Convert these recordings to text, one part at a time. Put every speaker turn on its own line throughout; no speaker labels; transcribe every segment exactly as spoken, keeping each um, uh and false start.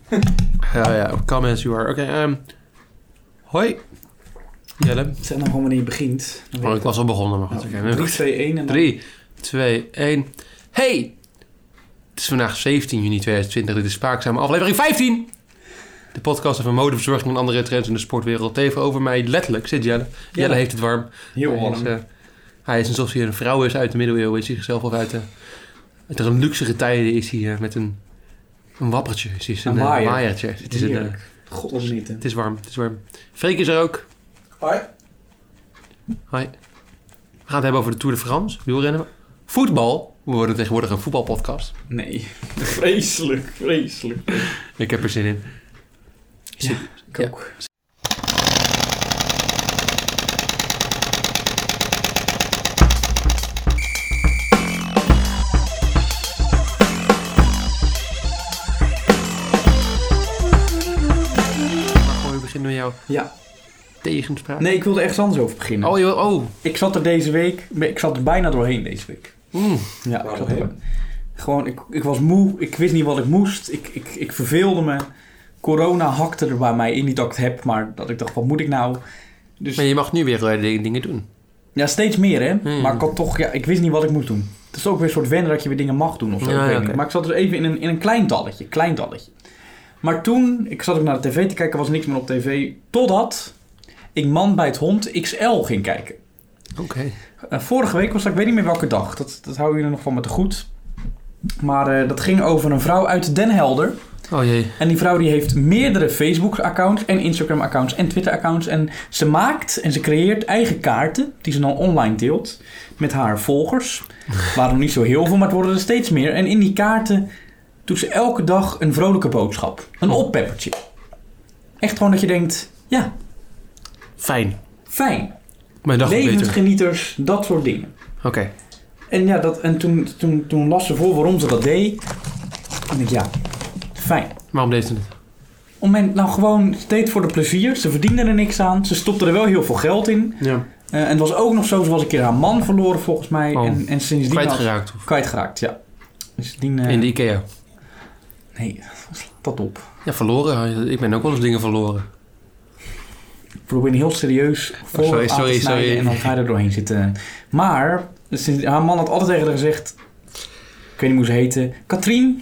Ja, ja. Come as you are. Oké, okay, um, hoi. Jelle.
Zeg nou gewoon wanneer je begint.
Oh, ik was al begonnen, maar goed.
Oh, okay. drie, twee, één en dan...
drie, twee, één. Hey! Het is vandaag zeventien juni tweeduizend twintig. Dit is Spraakzame aflevering vijftien. De podcast over mode, verzorging en andere trends in de sportwereld. Tegenover mij letterlijk zit Jelle. Ja. Jelle heeft het warm.
Heel warm.
Hij is, uh, hij is alsof hij een vrouw is uit de middeleeuwen. Is hij zichzelf of uit de, uit de luxere tijden is hij uh, met een, een wappertje. Het is een, een waaier. waaiertje. Het is, een, uh,
God, wat niet,
het is warm. Het is warm. Freek is er ook.
Hoi.
Hoi. We gaan het hebben over de Tour de France. Wielrennen. Voetbal. We worden tegenwoordig een voetbalpodcast.
Nee. Vreselijk. Vreselijk.
Ik heb er zin in.
Ja, ik ook.
Ja. We beginnen met jou.
Ja.
Tegenspraak.
Nee, ik wilde ergens anders over beginnen.
Oh, joh, oh.
Ik zat er deze week... Ik zat er bijna doorheen deze week.
Mm.
Ja, ik zat er, gewoon, ik, ik was moe. Ik wist niet wat ik moest. Ik, ik, ik verveelde me. Corona hakte er bij mij in. Niet dat ik het heb, maar dat ik dacht, wat moet ik nou? Dus,
maar je mag nu weer uh, dingen doen.
Ja, steeds meer, hè.
Mm.
Maar ik had toch... Ja, ik wist niet wat ik moest doen. Het is ook weer een soort wennen dat je weer dingen mag doen of zo.
Ja,
ik weet
okay.
niet. Maar ik zat dus even in een, in een klein dalletje. Klein dalletje. Maar toen... Ik zat ook naar de tv te kijken. Er was niks meer op tv. Totdat ik Man bij het Hond X L ging kijken.
Oké. Okay.
Uh, vorige week was dat, ik weet niet meer welke dag. Dat, dat houden jullie nog van me te goed. Maar uh, dat ging over een vrouw uit Den Helder.
Oh jee.
En die vrouw die heeft meerdere Facebook-accounts en Instagram-accounts en Twitter-accounts. En ze maakt en ze creëert eigen kaarten die ze dan online deelt met haar volgers. Waarom niet zo heel veel, maar het worden er steeds meer. En in die kaarten doet ze elke dag een vrolijke boodschap. Een oppeppertje. Echt gewoon dat je denkt, ja.
Fijn.
Fijn.
Mijn dag
levensgenieters, dat soort dingen.
Oké. Okay.
En ja, dat, en toen, toen, toen las ze voor waarom ze dat deed. En ik ja, fijn.
Waarom deed ze het?
Om men, nou gewoon, ze deed voor de plezier. Ze verdiende er niks aan. Ze stopte er wel heel veel geld in.
Ja.
Uh, en het was ook nog zo, ze was een keer haar man verloren volgens mij.
Oh.
En, en sindsdien
kwijtgeraakt?
Had, kwijtgeraakt, ja. Sindsdien, uh,
in de IKEA?
Nee, dat op.
Ja, verloren. Ik ben ook wel eens dingen verloren.
Ik probeer heel serieus voor
oh, sorry,
aan
sorry,
te snijden
sorry.
en dan ga je er doorheen zitten. Maar sinds, haar man had altijd tegen haar gezegd, ik weet niet hoe ze heette, Katrien,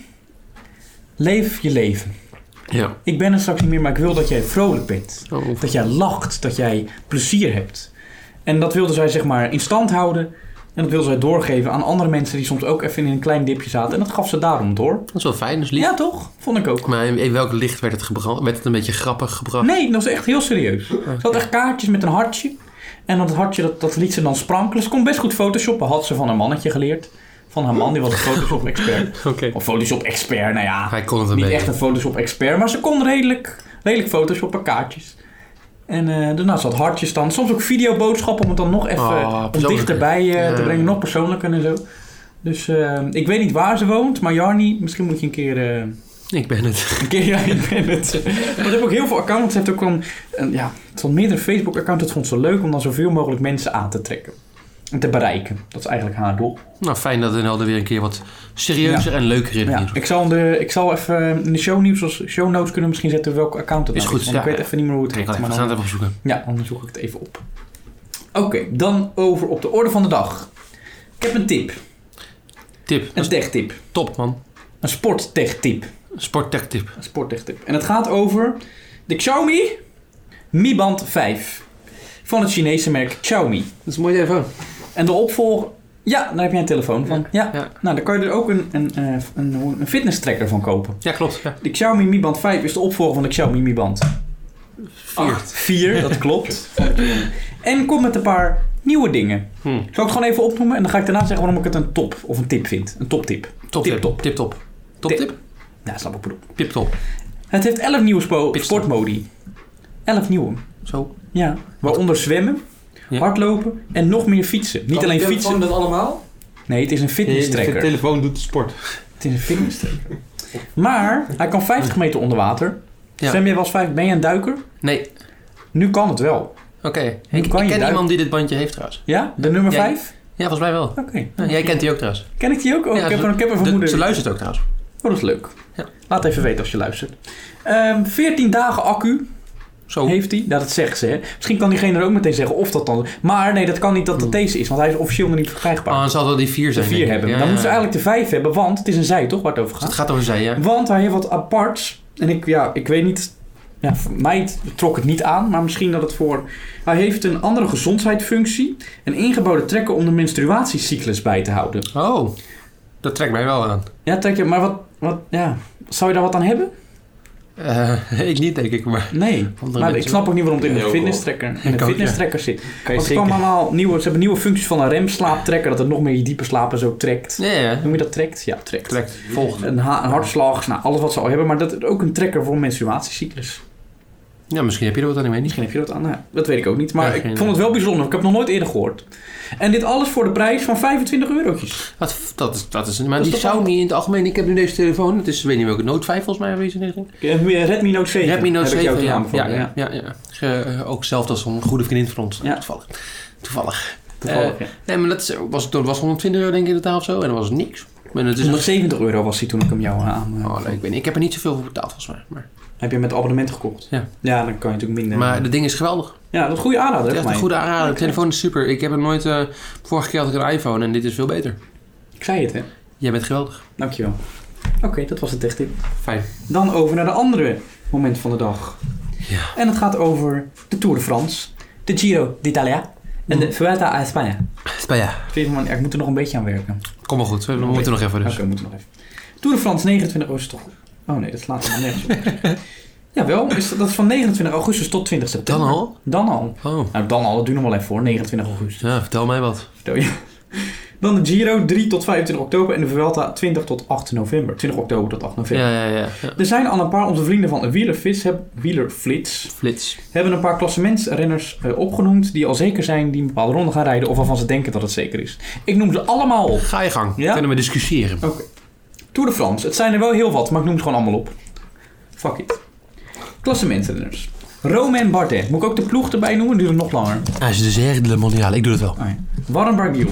leef je leven.
Ja.
Ik ben er straks niet meer, maar ik wil dat jij vrolijk bent.
Oh.
Dat jij lacht, dat jij plezier hebt. En dat wilde zij zeg maar in stand houden. En dat wilde zij doorgeven aan andere mensen die soms ook even in een klein dipje zaten. En dat gaf ze daarom door.
Dat is wel fijn, dus lief.
Ja, toch? Vond ik ook.
Maar in welk licht werd het gebracht? Werd het een beetje grappig gebracht?
Nee, dat was echt heel serieus. Okay. Ze had echt kaartjes met een hartje. En dat hartje, dat, dat liet ze dan sprankelen. Ze kon best goed photoshoppen. Had ze van haar mannetje geleerd. Van haar man, die was een Photoshop-expert.
Okay.
Of Photoshop-expert, nou ja.
Hij kon het een
niet
beetje.
echt een Photoshop-expert. Maar ze kon redelijk, redelijk photoshoppen, kaartjes. En uh, daarna zat hartjes dan. Soms ook videoboodschappen om het dan nog even
oh,
om dichterbij uh,
ja.
te brengen. Nog persoonlijker en zo. Dus uh, ik weet niet waar ze woont. Maar Jarni, misschien moet je een keer... Uh,
ik ben het.
Een keer, ja, ik ben het. Maar ze heeft ook heel veel accounts. Ze heeft ook een, een ja, het van meerdere Facebook-accounts. Het vond ze leuk om dan zoveel mogelijk mensen aan te trekken. En te bereiken. Dat is eigenlijk haar doel.
Nou, fijn dat Den Helder weer een keer wat serieuzer ja. en leuker in
ja.
is.
Ik zal, de, ik zal even in de shownieuws als show notes kunnen misschien zetten welke account het
is.
Nou
Goed,
is. Want
ja,
ik weet even niet meer hoe het heet.
We gaan het even opzoeken.
Ja, dan zoek ik het even op. Oké, okay, dan over op de orde van de dag. Ik heb een tip.
Tip?
Een tech-tip.
Top, man.
Een sporttech-tip.
Een sporttech-tip.
Een sporttech-tip. En het gaat over de Xiaomi Mi Band vijf. Van het Chinese merk Xiaomi.
Dat is een mooie telefoon.
En de opvolger... Ja, daar heb jij een telefoon van. Ja.
ja.
Nou, daar kan je er ook een, een, een, een fitness tracker van kopen.
Ja, klopt. Ja.
De Xiaomi Mi Band vijf is de opvolger van de Xiaomi Mi Band
vier.
vier, dat klopt. En komt met een paar nieuwe dingen.
Hm.
Zal ik het gewoon even opnoemen en dan ga ik daarna zeggen waarom ik het een top of een tip vind. Een toptip.
Top tip. Top. Tip top. Top tip?
Ja, snap ik bedoel.
Tip top.
Het heeft elf nieuwe spo- sportmodi. elf nieuwe.
Zo.
Ja. Waaronder zwemmen, ja. hardlopen en nog meer fietsen. Niet
kan
alleen fietsen.
Kan dat allemaal?
Nee, het is een fitness tracker.
De telefoon doet de sport.
Het is een fitness tracker. Maar hij kan vijftig meter onder water.
Ja.
Zwem je wel eens vijf? Ben je een duiker?
Nee.
Nu kan het wel.
Oké. Okay. Ik,
ik ken
duik... iemand die dit bandje heeft trouwens.
Ja? De nummer vijf?
Ja, volgens mij wel.
Oké. Okay.
Ja, jij kent die ook trouwens.
Ken ik die ook? Oh, ja, ik, heb,
ze,
ik heb een vermoeden.
Ze luistert ook trouwens.
dat is leuk.
Ja.
Laat even weten als je luistert. Um, veertien dagen accu
Zo.
heeft hij. Ja, dat zeggen ze. Hè. Misschien kan diegene er ook meteen zeggen of dat dan... Maar nee, dat kan niet dat dat deze is. Want hij is officieel nog niet verkrijgbaar.
Ah, dan zal dat die vier
de
zijn.
vier hebben.
Ja,
Dan
ja,
moeten ze
ja.
eigenlijk de vijf hebben. Want het is een zij, toch? Waar het over
Dus
gaat.
het gaat over zij, ja.
Want hij heeft wat aparts. En ik, ja, ik weet niet... Ja, voor mij trok het niet aan. Maar misschien dat het voor... Hij heeft een andere gezondheidsfunctie. Een ingebouwde trekker om de menstruatiecyclus bij te houden.
Oh, dat trekt mij wel aan.
Ja, trekker. Maar wat... wat ja. Zou je daar wat aan hebben?
Uh, ik niet, denk ik. Maar
Nee. Maar ik snap ook niet waarom het in de fitness-trekker, in de
ook,
fitness-trekker zit.
kan je
Want er
zeker.
kwam allemaal nieuwe... Ze hebben nieuwe functies van een remslaaptrekker. Dat het nog meer je diepe slapen zo trekt.
Ja, ja.
Noem je dat trekt? Ja, trekt.
Trekt. Volgt.
Een, ha- een hartslag, nou, alles wat ze al hebben. Maar dat is ook een trekker voor een menstruatiecyclus.
Ja, misschien heb je er wat aan, ik weet niet.
Misschien heb je dat aan. Nou, dat weet ik ook niet. Maar
Ja,
ik
geen
vond het wel bijzonder. Ik heb het nog nooit eerder gehoord. En dit alles voor de prijs van vijfentwintig eurotjes.
Dat, dat, is, dat is... Maar
Dat is
die
toch
zou
wel-
niet in het algemeen... Ik heb nu deze telefoon. Het is, weet niet welke, Note vijf volgens mij. Of iets in die richting.
Redmi Note zeven.
Redmi Note
heb ik jou
zeven,
toen
ja.
aanbevolen,
Ja, ja, ja, ja. Ge- uh, ook zelf als een goede vriendin van ons.
Ja.
Toevallig. Toevallig.
Toevallig,
Uh,
ja.
Nee, maar dat is- was, dat was honderdtwintig euro denk ik in totaal of zo. En dat was niks. Maar het is een...
honderdzeventig euro was hij toen ik hem jou aan... uh,
Oh, nee, ik weet niet. Ik heb er niet zoveel voor betaald volgens mij. Maar,
Heb je met abonnement gekocht?
Ja.
Ja, dan kan je natuurlijk minder...
maar dat ding is geweldig.
Ja, dat is een goede aanrader.
Het is
hè,
echt
voor
een
mij.
goede aanrader. De
Oké.
telefoon is super. Ik heb er nooit... Uh, vorige keer had ik een iPhone en dit is veel beter.
Ik zei het, hè.
Jij bent geweldig.
Dankjewel. Oké, okay, dat was het echt.
Fijn.
Dan over naar de andere moment van de dag.
Ja.
En het gaat over de Tour de France, de Giro d'Italia en de Vuelta a España.
Spanje.
Vind je van, ik moet er nog een beetje aan werken.
Kom maar goed. We, we moeten nog even
Oké,
dus.
we moeten nog even. Tour de France negenentwintig augustus. Oh nee, dat slaat er maar nergens op. Jawel, is dat, dat is van negenentwintig augustus tot twintig september.
Dan al?
Dan al.
Oh.
Nou, dan al. Dat duurt nog wel even voor. negenentwintig augustus.
Ja, vertel mij wat.
Vertel je. Dan de Giro drie tot vijfentwintig oktober en de Vuelta twintig tot acht november. twintig oktober tot acht november.
Ja, ja, ja. ja.
Er zijn al een paar, onze vrienden van Wielerflits, heb, Wielerflits
Flits.
hebben een paar klassementsrenners uh, opgenoemd die al zeker zijn, die een bepaalde ronde gaan rijden of waarvan ze denken dat het zeker is. Ik noem ze allemaal op.
Ga je gang.
Ja?
Kunnen we discussiëren.
Oké. Okay. Tour de France. Het zijn er wel heel wat, maar ik noem ze gewoon allemaal op. Fuck it. Klassementsrenners. Romain Bardet. Moet ik ook de ploeg erbij noemen? Duurt het nog langer.
Hij is dus echt de mondiale. Ik doe het wel.
Oh, ja. Warren Barguil.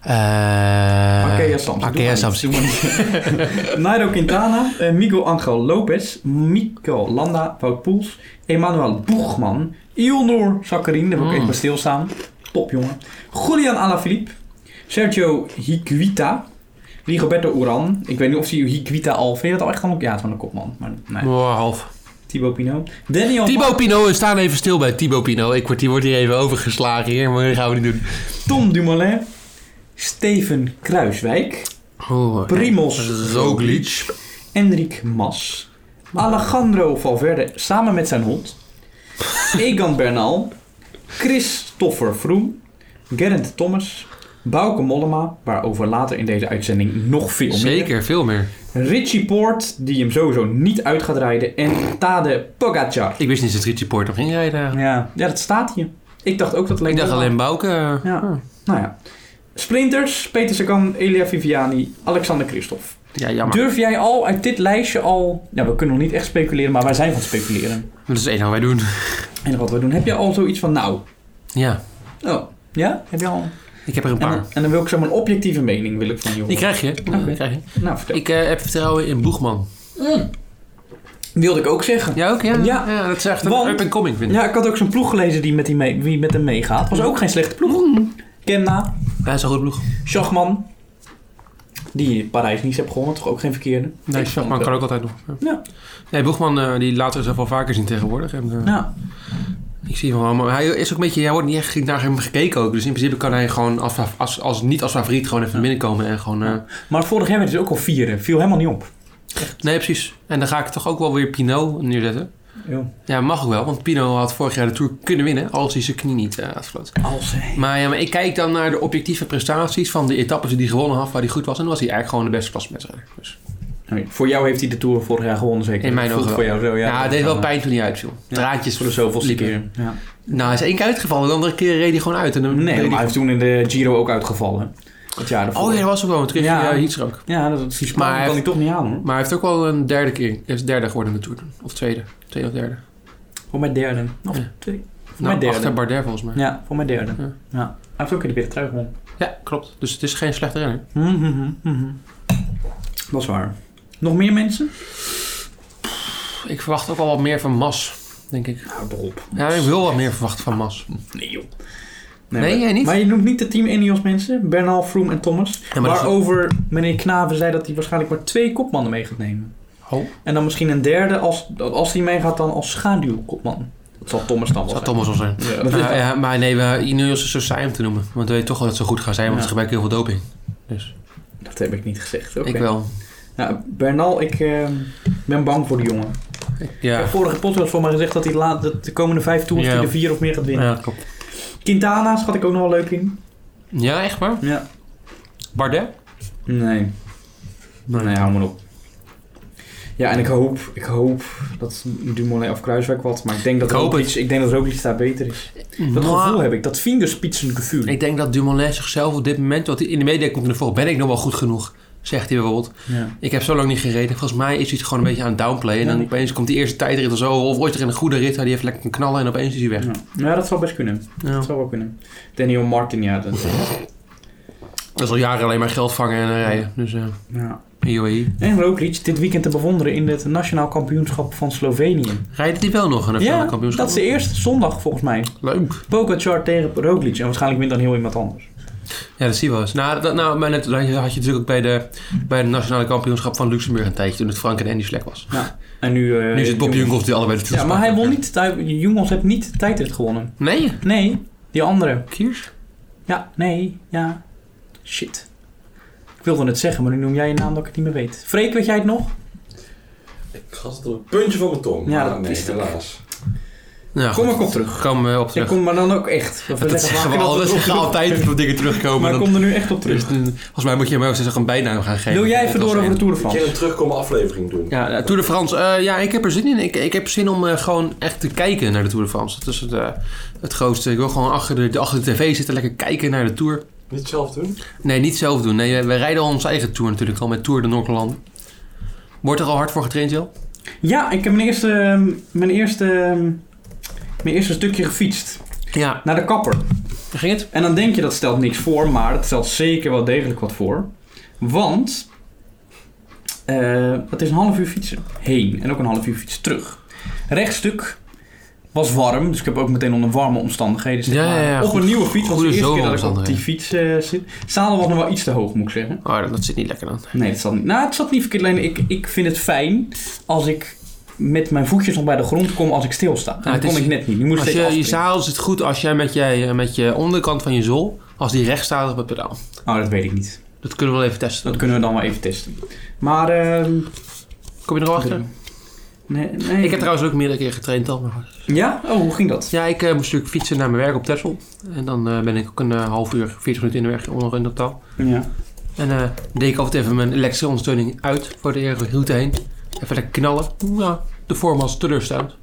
Uh,
Arkea Samson.
Arkea Samson.
Nairo Quintana. Uh, Miguel Angel Lopez. Mikel Landa. Wout Poels. Emmanuel Boegman. Ilnur Zakarin. Daar wil ik
Mm.
even bij stilstaan. Top jongen. Julian Alaphilippe. Sergio Higuita. Rigoberto Urán. Ik weet niet of die Higuita al... Vind je dat al echt gewoon... Ja, het is wel een kopman. Maar nee.
Oh, half.
Thibaut Pinot. Daniel
Thibaut Pinot, we staan even stil bij Thibaut Pinot. Ik word, die wordt hier even overgeslagen hier, maar dat gaan we niet doen.
Tom Dumoulin. Steven Kruiswijk.
Oh,
Primoz
Roglic.
Enric Mas. Alejandro Valverde samen met zijn hond. Egan Bernal. Christopher Froome. Geraint Thomas. Bauke Mollema, waarover later in deze uitzending nog veel meer.
Zeker, veel meer.
Richie Poort, die hem sowieso niet uit gaat rijden. En Tadej Pogacar.
Ik wist niet dat Richie Poort nog ging rijden.
Ja, ja, dat staat hier. Ik dacht ook dat het
Ik
leek
dacht
wel
alleen
aan.
Bouke. uh,
Ja.
oh.
Nou ja. Sprinters, Peter Sagan, Elia Viviani, Alexander Kristoff.
Ja, jammer.
Durf jij al uit dit lijstje al... Ja, we kunnen nog niet echt speculeren, maar wij zijn van het speculeren.
Dat is het enige wat wij doen.
En wat we doen. Heb je al zoiets van, nou...
Ja,
Oh, ja? Heb je al...
ik heb er een
En
paar.
dan, en dan wil ik zo maar een objectieve mening wil ik van je horen.
Die krijg je. Ja,
Oké.
die krijg je.
Nou, vertel.
Ik uh, heb vertrouwen in Boegman.
Mm. Wilde ik ook zeggen.
Ja, ook? Ja,
Ja.
ja dat is echt een
Want-
up-and-coming, vind ik.
Ja, ik had ook zo'n ploeg gelezen die met, die mee, wie met hem meegaat. Was ook geen slechte ploeg. Kemna,
Ja, dat is een goede ploeg.
Schachman. Die Parijs-Nice heeft gewonnen, toch ook geen verkeerde.
Nee,
Ik vond
Schachman
het
kan
wel.
ook altijd nog. Ja.
Ja.
Nee, Boegman, uh, die laten we zelf wel vaker zien tegenwoordig. En, uh,
Ja.
Ik zie hem wel, maar hij is ook een beetje, hij wordt niet echt naar hem gekeken ook. Dus in principe kan hij gewoon als, als, als niet als favoriet gewoon even
Ja.
binnenkomen en gewoon... Uh,
Maar vorig jaar werd hij ook al vierde. Viel helemaal niet op.
nee, precies. En dan ga ik toch ook wel weer Pinot neerzetten.
Jo.
Ja, mag ook wel, want Pinot had vorig jaar de Tour kunnen winnen als hij zijn knie niet uh, had verloten.
Als hij...
Maar, ja, maar ik kijk dan naar de objectieve prestaties van de etappes die hij gewonnen had, waar hij goed was. En dan was hij eigenlijk gewoon de beste klassementsrijder. Dus.
Nee, voor jou heeft hij de Tour vorig jaar gewonnen, zeker.
In mijn
Voelt
ogen
voor jou zo, ja.
Ja, het deed wel pijn toen hij uitviel.
Ja.
Draadjes
Voor de zoveelste
liepen.
keer. Ja.
Nou, hij is één keer uitgevallen, de andere keer reed hij gewoon uit. En dan
Nee,
reed
maar hij
hij...
heeft toen in de Giro ook uitgevallen. Het jaar daarvoor.
Oh ja, dat was ook wel, want toen kreeg
Ja.
hij uh, heatstroke.
Ja, dat, die Spanje
Maar hij
kan
heeft-
hij toch niet aan, hoor.
Maar hij heeft ook wel een derde keer, is derde geworden in de Tour. Of tweede, tweede of derde.
Voor mijn derde. Of
Ja.
twee. Voor
Nou,
mijn derde.
achter Bardet volgens mij.
Ja, voor mijn derde.
Ja.
Ja. Hij heeft ook in de witte trui gewonnen.
Ja, klopt. Dus het is geen slechte renner.
Mhm, mhm, mhm. Dat is waar. Nog meer mensen?
Ik verwacht ook wel wat meer van Mas, denk ik.
Nou, erop.
Ja, ik wil wat meer verwachten van Mas.
Nee, joh.
Nee,
maar,
jij niet?
Maar je noemt niet de Team Ineos mensen. Bernal, Froome en Thomas.
Ja, maar
waarover meneer Knaven zei dat hij waarschijnlijk maar twee kopmannen mee gaat nemen.
Oh.
En dan misschien een derde als, als hij meegaat dan als schaduwkopman. Dat zal Thomas dan wel
Dat
zijn.
zal Thomas wel zijn.
Ja, dat
Uh,
is
ja, maar nee, we, Ineos is zo saai om te noemen. Want we weten toch wel dat het zo goed gaat zijn, want
Ja.
ze gebruiken heel veel doping. Dus.
Dat heb ik niet gezegd. Okay.
Ik wel.
Ja, Bernal, ik uh, ben bang voor die jongen.
Ja.
Ik heb vorige podcast voor mij gezegd dat hij laat, dat de komende vijf tours
Ja.
die de vier of meer gaat winnen.
Ja, klopt.
Quintana schat ik ook nog wel leuk in.
Ja, echt waar?
Ja.
Bardet?
Nee. Nee, hou maar op. Ja, en ik hoop, ik hoop dat Dumoulin of Kruiswijk wat, maar ik denk dat
Ik hoop
Roglic, ik denk dat Roglic daar beter is. Dat
Nou,
gevoel heb ik, dat vingerspitsengevoel.
Ik denk dat Dumoulin zichzelf op dit moment, wat hij in de media komt naar voren, ben ik nog wel goed genoeg, zegt hij bijvoorbeeld.
Ja.
Ik heb zo lang niet gereden. Volgens mij is hij het gewoon een beetje aan het downplayen. En
Ja,
dan
die-
opeens komt die eerste tijdrit of zo, of ooit er in een goede rit, die heeft lekker een knallen en opeens is hij weg.
Ja. ja, dat zou best kunnen.
Ja.
Dat zou wel kunnen. Daniel Martin, ja. Dat,
Dat is al jaren alleen maar geld vangen en uh, rijden. Dus uh,
ja.
I O E.
En Roglic dit weekend te bewonderen in het nationaal kampioenschap van Slovenië.
Rijdt hij wel nog een nationale
Ja,
kampioenschap?
dat is de eerste zondag volgens mij.
Leuk.
Pogacar tegen Roglic. En waarschijnlijk wint dan heel iemand anders.
Ja, dat zie je wel eens. Nou, dat, nou maar net, dat had je natuurlijk ook bij de, bij de nationale kampioenschap van Luxemburg een tijdje, toen het Frank en Andy slecht was.
Ja. En nu, uh,
Nu zit Bob Jungels die allebei de
Ja, maar hij won niet. Hij- Jungels heeft niet de tijdrit gewonnen.
Nee?
Nee, die andere.
Kiers?
Ja, nee, ja. Shit. Ik wilde het zeggen, maar nu noem jij een naam dat ik het niet meer weet. Freek, weet jij het nog?
Ik had het op het puntje van mijn tong.
Ja,
maar
dat
nee,
is toch-
helaas.
Ja,
Kom
goed.
ik op terug.
Kom uh, op
Ja,
terug.
kom maar dan ook echt.
Dat, dat zeggen we al, dat zeggen we altijd dat dingen terugkomen.
Maar
Dan,
kom er nu echt op terug.
dus, uh, volgens mij moet je hem ook zeggen een bijnaam gaan geven.
Wil jij even
Dat
door
was
over de
een-
Tour de
Moet je
France?
een terugkomen aflevering doen?
Ja, de Tour de France. Uh, ja, ik heb er zin in. Ik, ik heb zin om uh, gewoon echt te kijken naar de Tour de France. Dat is het, uh, het grootste. Ik wil gewoon achter de, achter de tv zitten, lekker kijken naar de Tour.
Niet zelf doen?
Nee, niet zelf doen. Nee, we rijden al onze eigen Tour natuurlijk al met Tour de Noord-Holland. Wordt er al hard voor getraind, Jel?
Ja, ik heb mijn eerste, mijn eerste, mijn eerste stukje gefietst.
Ja.
Naar de kapper.
Hoe ging het?
En dan denk je dat stelt niks voor, maar dat stelt zeker wel degelijk wat voor. Want uh, het is een half uur fietsen heen en ook een half uur fietsen terug. Rechtstuk was warm, dus ik heb ook meteen onder warme omstandigheden zitten.
Ja, ja, ja,
op
goed,
een nieuwe fiets, want het is de eerste keer dat ik op die
zomeromstandigheden.
fiets uh, zit. Zadel was nog wel iets te hoog, moet ik zeggen.
Oh, dat, dat zit niet lekker dan.
Nee, het zat niet. Nou, het zat niet verkeerd. Alleen ik, ik vind het fijn als ik met mijn voetjes nog bij de grond kom als ik stilsta. En
Ja,
dat
het
kon
is-
ik net niet. Nu moest
Als
ik
je, je
afspringen.
zadel zit goed als jij met je, met je onderkant van je zool, als die recht staat op het pedaal.
Oh, dat weet ik niet.
Dat kunnen we wel even testen.
Dat kunnen we dan wel even testen. Maar, ehm
Kom je er al achter?
nee, nee.
Ik heb trouwens ook meerdere keer getraind al. Maar...
Ja? Oh, hoe ging dat?
Ja, ik uh, moest natuurlijk fietsen naar mijn werk op Texel. En dan uh, ben ik ook een uh, half uur, veertig minuten in de weg onder in totaal.
Ja.
En uh, deed ik altijd even mijn elektrische ondersteuning uit voor de eerste route heen. Even lekker knallen. Ja, de vorm was teleurstellend.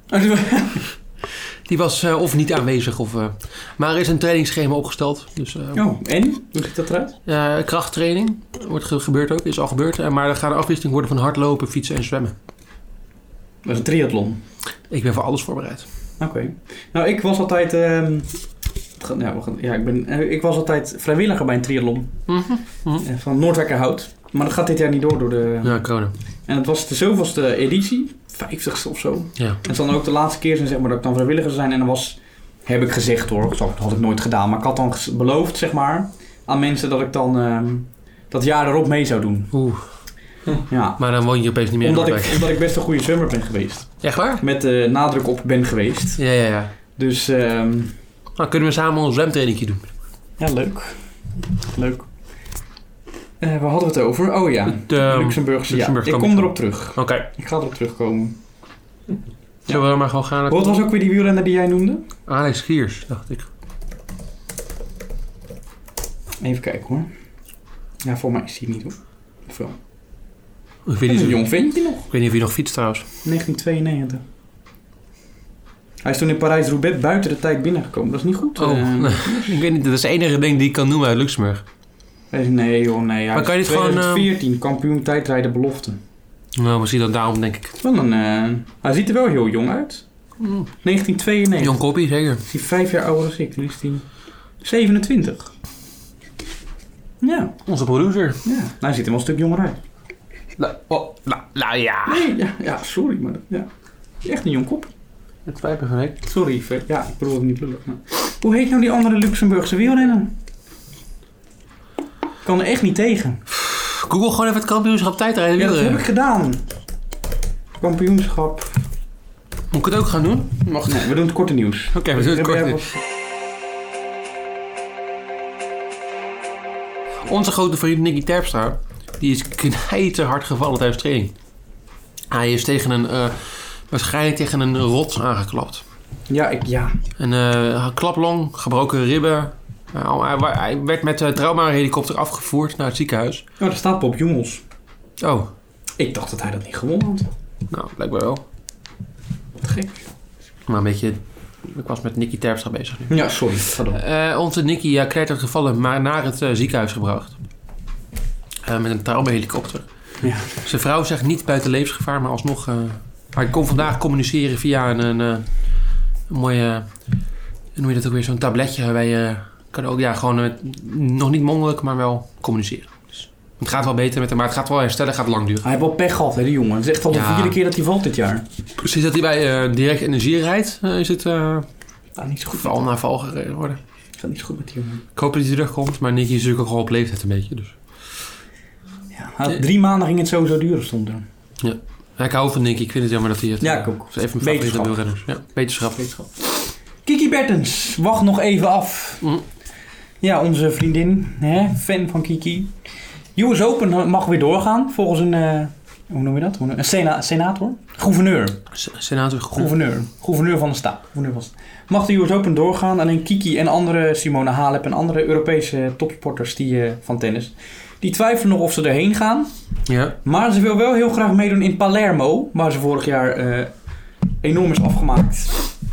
Die was uh, of niet aanwezig of... Uh, maar er is een trainingsschema opgesteld. Dus, uh,
Oh, en? Hoe ziet dat eruit?
uh, krachttraining wordt ge- gebeurd ook, is al gebeurd. Uh, maar er gaat een afwisseling worden van hardlopen, fietsen en zwemmen.
Dat is een triathlon.
Ik ben voor alles voorbereid.
Oké. Okay. Nou, ik was altijd... ehm, ja, we gaan- ja, ik, ben, eh, ik was altijd vrijwilliger bij een triathlon.
Mm-hmm. Mm-hmm.
eh, Van Noordwijkerhout. Maar dat gaat dit jaar niet door door de...
Ja, corona.
En het was de zoveelste editie. vijftigste of zo.
Ja.
En het zal dan ook de laatste keer zijn zeg maar, dat ik dan vrijwilliger zou zijn. En dan was... Heb ik gezegd hoor. Dat had ik nooit gedaan. Maar ik had dan ges- beloofd zeg maar... Aan mensen dat ik dan... ehm, dat jaar erop mee zou doen.
Oeh.
Ja.
Maar dan woon je opeens niet meer in
Omdat ik,
Noordwijk.
omdat ik best een goede zwemmer ben geweest.
Echt waar?
Met de nadruk op ben geweest.
Ja, ja, ja.
Dus... ehm,
Nou, kunnen we samen een zwemtrainingje doen.
ja, leuk. Leuk. Eh, waar hadden we het over? Oh ja,
De, um,
Luxemburgse.
Luxemburg
ja, ik kom erop terug.
Oké.
Ik ga erop terugkomen.
Zullen we dan maar gewoon gaan naar...
Wat was ook weer die wielrenner die jij noemde?
Alex Giers, dacht ik.
Even kijken hoor. Ja, voor mij is hij niet hoor. Of wel?
Ik weet,
Dat
niet
is een
of,
jong ventje nog.
ik weet niet of hij nog fietst trouwens.
negentien tweeënnegentig. Hij is toen in Parijs-Roubaix buiten de tijd binnengekomen. Dat is niet goed.
Oh,
eh.
nee. Ik weet niet, dat is de enige ding die ik kan noemen uit Luxemburg.
Nee joh, nee. Hij
Maar kan je
is
dit gewoon,
twintig veertien, kampioen tijdrijden belofte.
Nou, misschien dan daarom denk ik.
Wel een, eh, hij ziet er wel heel jong uit.
Mm.
negentien tweeënnegentig.
Jong koppie, zeker.
Is hij vijf jaar ouder dan ik. Dan is hij zevenentwintig. Ja,
Onze producer.
ja. Nou, hij ziet er wel een stuk jonger uit.
Nou, oh, nou. nou ja.
Nee, ja, ja sorry, maar dat, ja. Echt een jong kop.
Het spijt me van ik.
Sorry, Fer. Ja, ik bedoel het niet lullig. Maar... Hoe heet nou die andere Luxemburgse wielrenner? Ik kan er echt niet tegen.
Google gewoon even het kampioenschap tijdrijden.
Ja, dat
wielrennen.
heb ik gedaan. Kampioenschap.
Moet ik het ook gaan doen? Mag
Nee, we doen het korte nieuws.
Oké, okay, we doen het
Heb
korte
jij
nieuws.
wat-
Onze grote vriend Nicky Terpstra, die is knijterhard gevallen tijdens training. Hij is tegen een, uh, waarschijnlijk tegen een rots aangeklapt.
Ja, ik, ja.
Een uh, klaplong, gebroken ribben. Uh, hij, hij werd met de trauma-helikopter afgevoerd naar het ziekenhuis.
Oh, daar staat Bob Jungels.
Oh,
Ik dacht dat hij dat niet gewonnen had.
nou, blijkbaar wel.
Wat gek.
Maar een beetje... Ik was met Nicky Terpstra bezig nu.
Ja, sorry. Ga door.
Uh, onze Nicky, ja, knijterhard gevallen, maar naar het uh, ziekenhuis gebracht. Uh, met een trauma-helikopter.
Ja.
Zijn vrouw zegt niet buiten levensgevaar, maar alsnog... Uh, hij kon vandaag communiceren via een, een, een mooie... Uh, hoe noem je dat ook weer? Zo'n tabletje waarbij je... kan ook ja, gewoon uh, nog niet mondelijk, maar wel communiceren. Dus het gaat wel beter met hem, maar het gaat wel herstellen, gaat lang duren.
Hij heeft wel pech gehad, hè, die jongen. Het is echt al de
Ja.
vierde keer dat hij valt dit jaar.
Precies dat hij bij uh, Direct Energie rijdt, uh, is het uh,
Gaat niet zo goed.
val na val gereden worden.
Gaat niet zo goed met die jongen.
Ik hoop dat hij terugkomt, maar Nicky is natuurlijk ook al op leeftijd een beetje. Dus.
Ja, hij had drie maanden ging het sowieso duren, stond er.
Ja. Ja, ik hou van Nicky, ik vind het jammer dat hij het...
Ja, ik ook.
Het is even mijn favoriete
Beterschap.
wielrenners. Ja, beterschap.
Wetenschap. Kiki Bertens, wacht nog even af.
Mm.
Ja, onze vriendin, hè, fan van Kiki. U S Open mag weer doorgaan, volgens een, uh, hoe noem je dat? Een sena- senator? Gouverneur.
S- Senator Groen.
Gouverneur. Gouverneur van de staat. Gouverneur van de staat. Mag de U S Open doorgaan, alleen Kiki en andere, Simone Halep en andere Europese topsporters die, uh, van tennis, die twijfelen nog of ze erheen gaan.
Ja.
Maar ze wil wel heel graag meedoen in Palermo, waar ze vorig jaar uh, enorm is afgemaakt.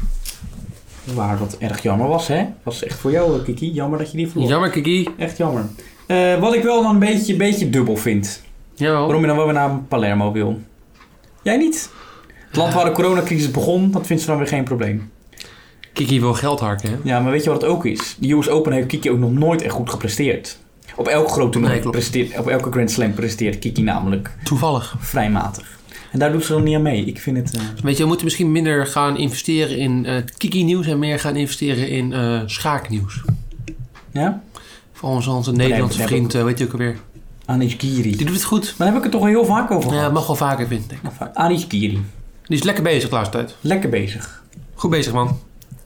Waar dat erg jammer was, hè? Was echt voor jou, Kiki. Jammer dat je die verloor.
Jammer, Kiki.
Echt jammer. Uh, wat ik wel dan een beetje, beetje dubbel vind.
Jawel.
Waarom je dan wel weer naar Palermo wil. Jij niet? Het land waar de coronacrisis begon, dat vindt ze dan weer geen probleem.
Kiki wil geld harken, hè?
Ja, maar weet je wat het ook is? De U S Open heeft Kiki ook nog nooit echt goed gepresteerd. Op elk groot toernooi
Nee, klopt.
presteert, op elke Grand Slam presteert Kiki namelijk
Toevallig.
vrij matig. En daar doet ze dan niet aan mee. Ik vind het... Uh...
Weet je, we moeten misschien minder gaan investeren in uh, Kiki-nieuws en meer gaan investeren in uh, schaaknieuws.
Ja?
Voor onze, onze Nederlandse
daar heb
vriend, uh, weet je ook alweer.
Anish Giri.
Die doet het goed.
Maar daar heb ik het toch al heel vaak over
Ja,
gehad.
het mag wel vaker vinden. denk ik.
Anish Giri.
Die is lekker bezig de laatste tijd.
Lekker bezig.
Goed bezig, man.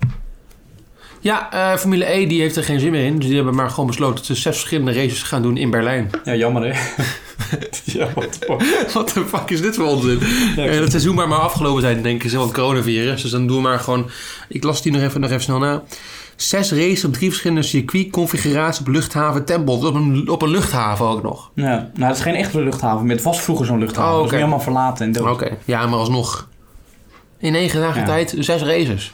Ja, uh, Formule E die heeft er geen zin meer in. Dus die hebben maar gewoon besloten dat ze zes verschillende races gaan doen in Berlijn.
Ja, jammer hè. ja, wat
Wat de fuck is dit voor onzin?
Ja,
uh, dat seizoen maar maar afgelopen zijn, denken ze, van het coronavirus. Dus dan doen we maar gewoon... Ik las die nog even, nog even snel na. Zes races op drie verschillende circuitconfiguraties op luchthaven Tempel. Op een, op een luchthaven ook nog.
Ja, nou het is geen echte luchthaven. Maar het was vroeger zo'n luchthaven.
Oh,
Dat
oké.
is nu helemaal verlaten en dood.
Oké, okay. Ja, maar alsnog. In negen dagen
Ja.
tijd zes races.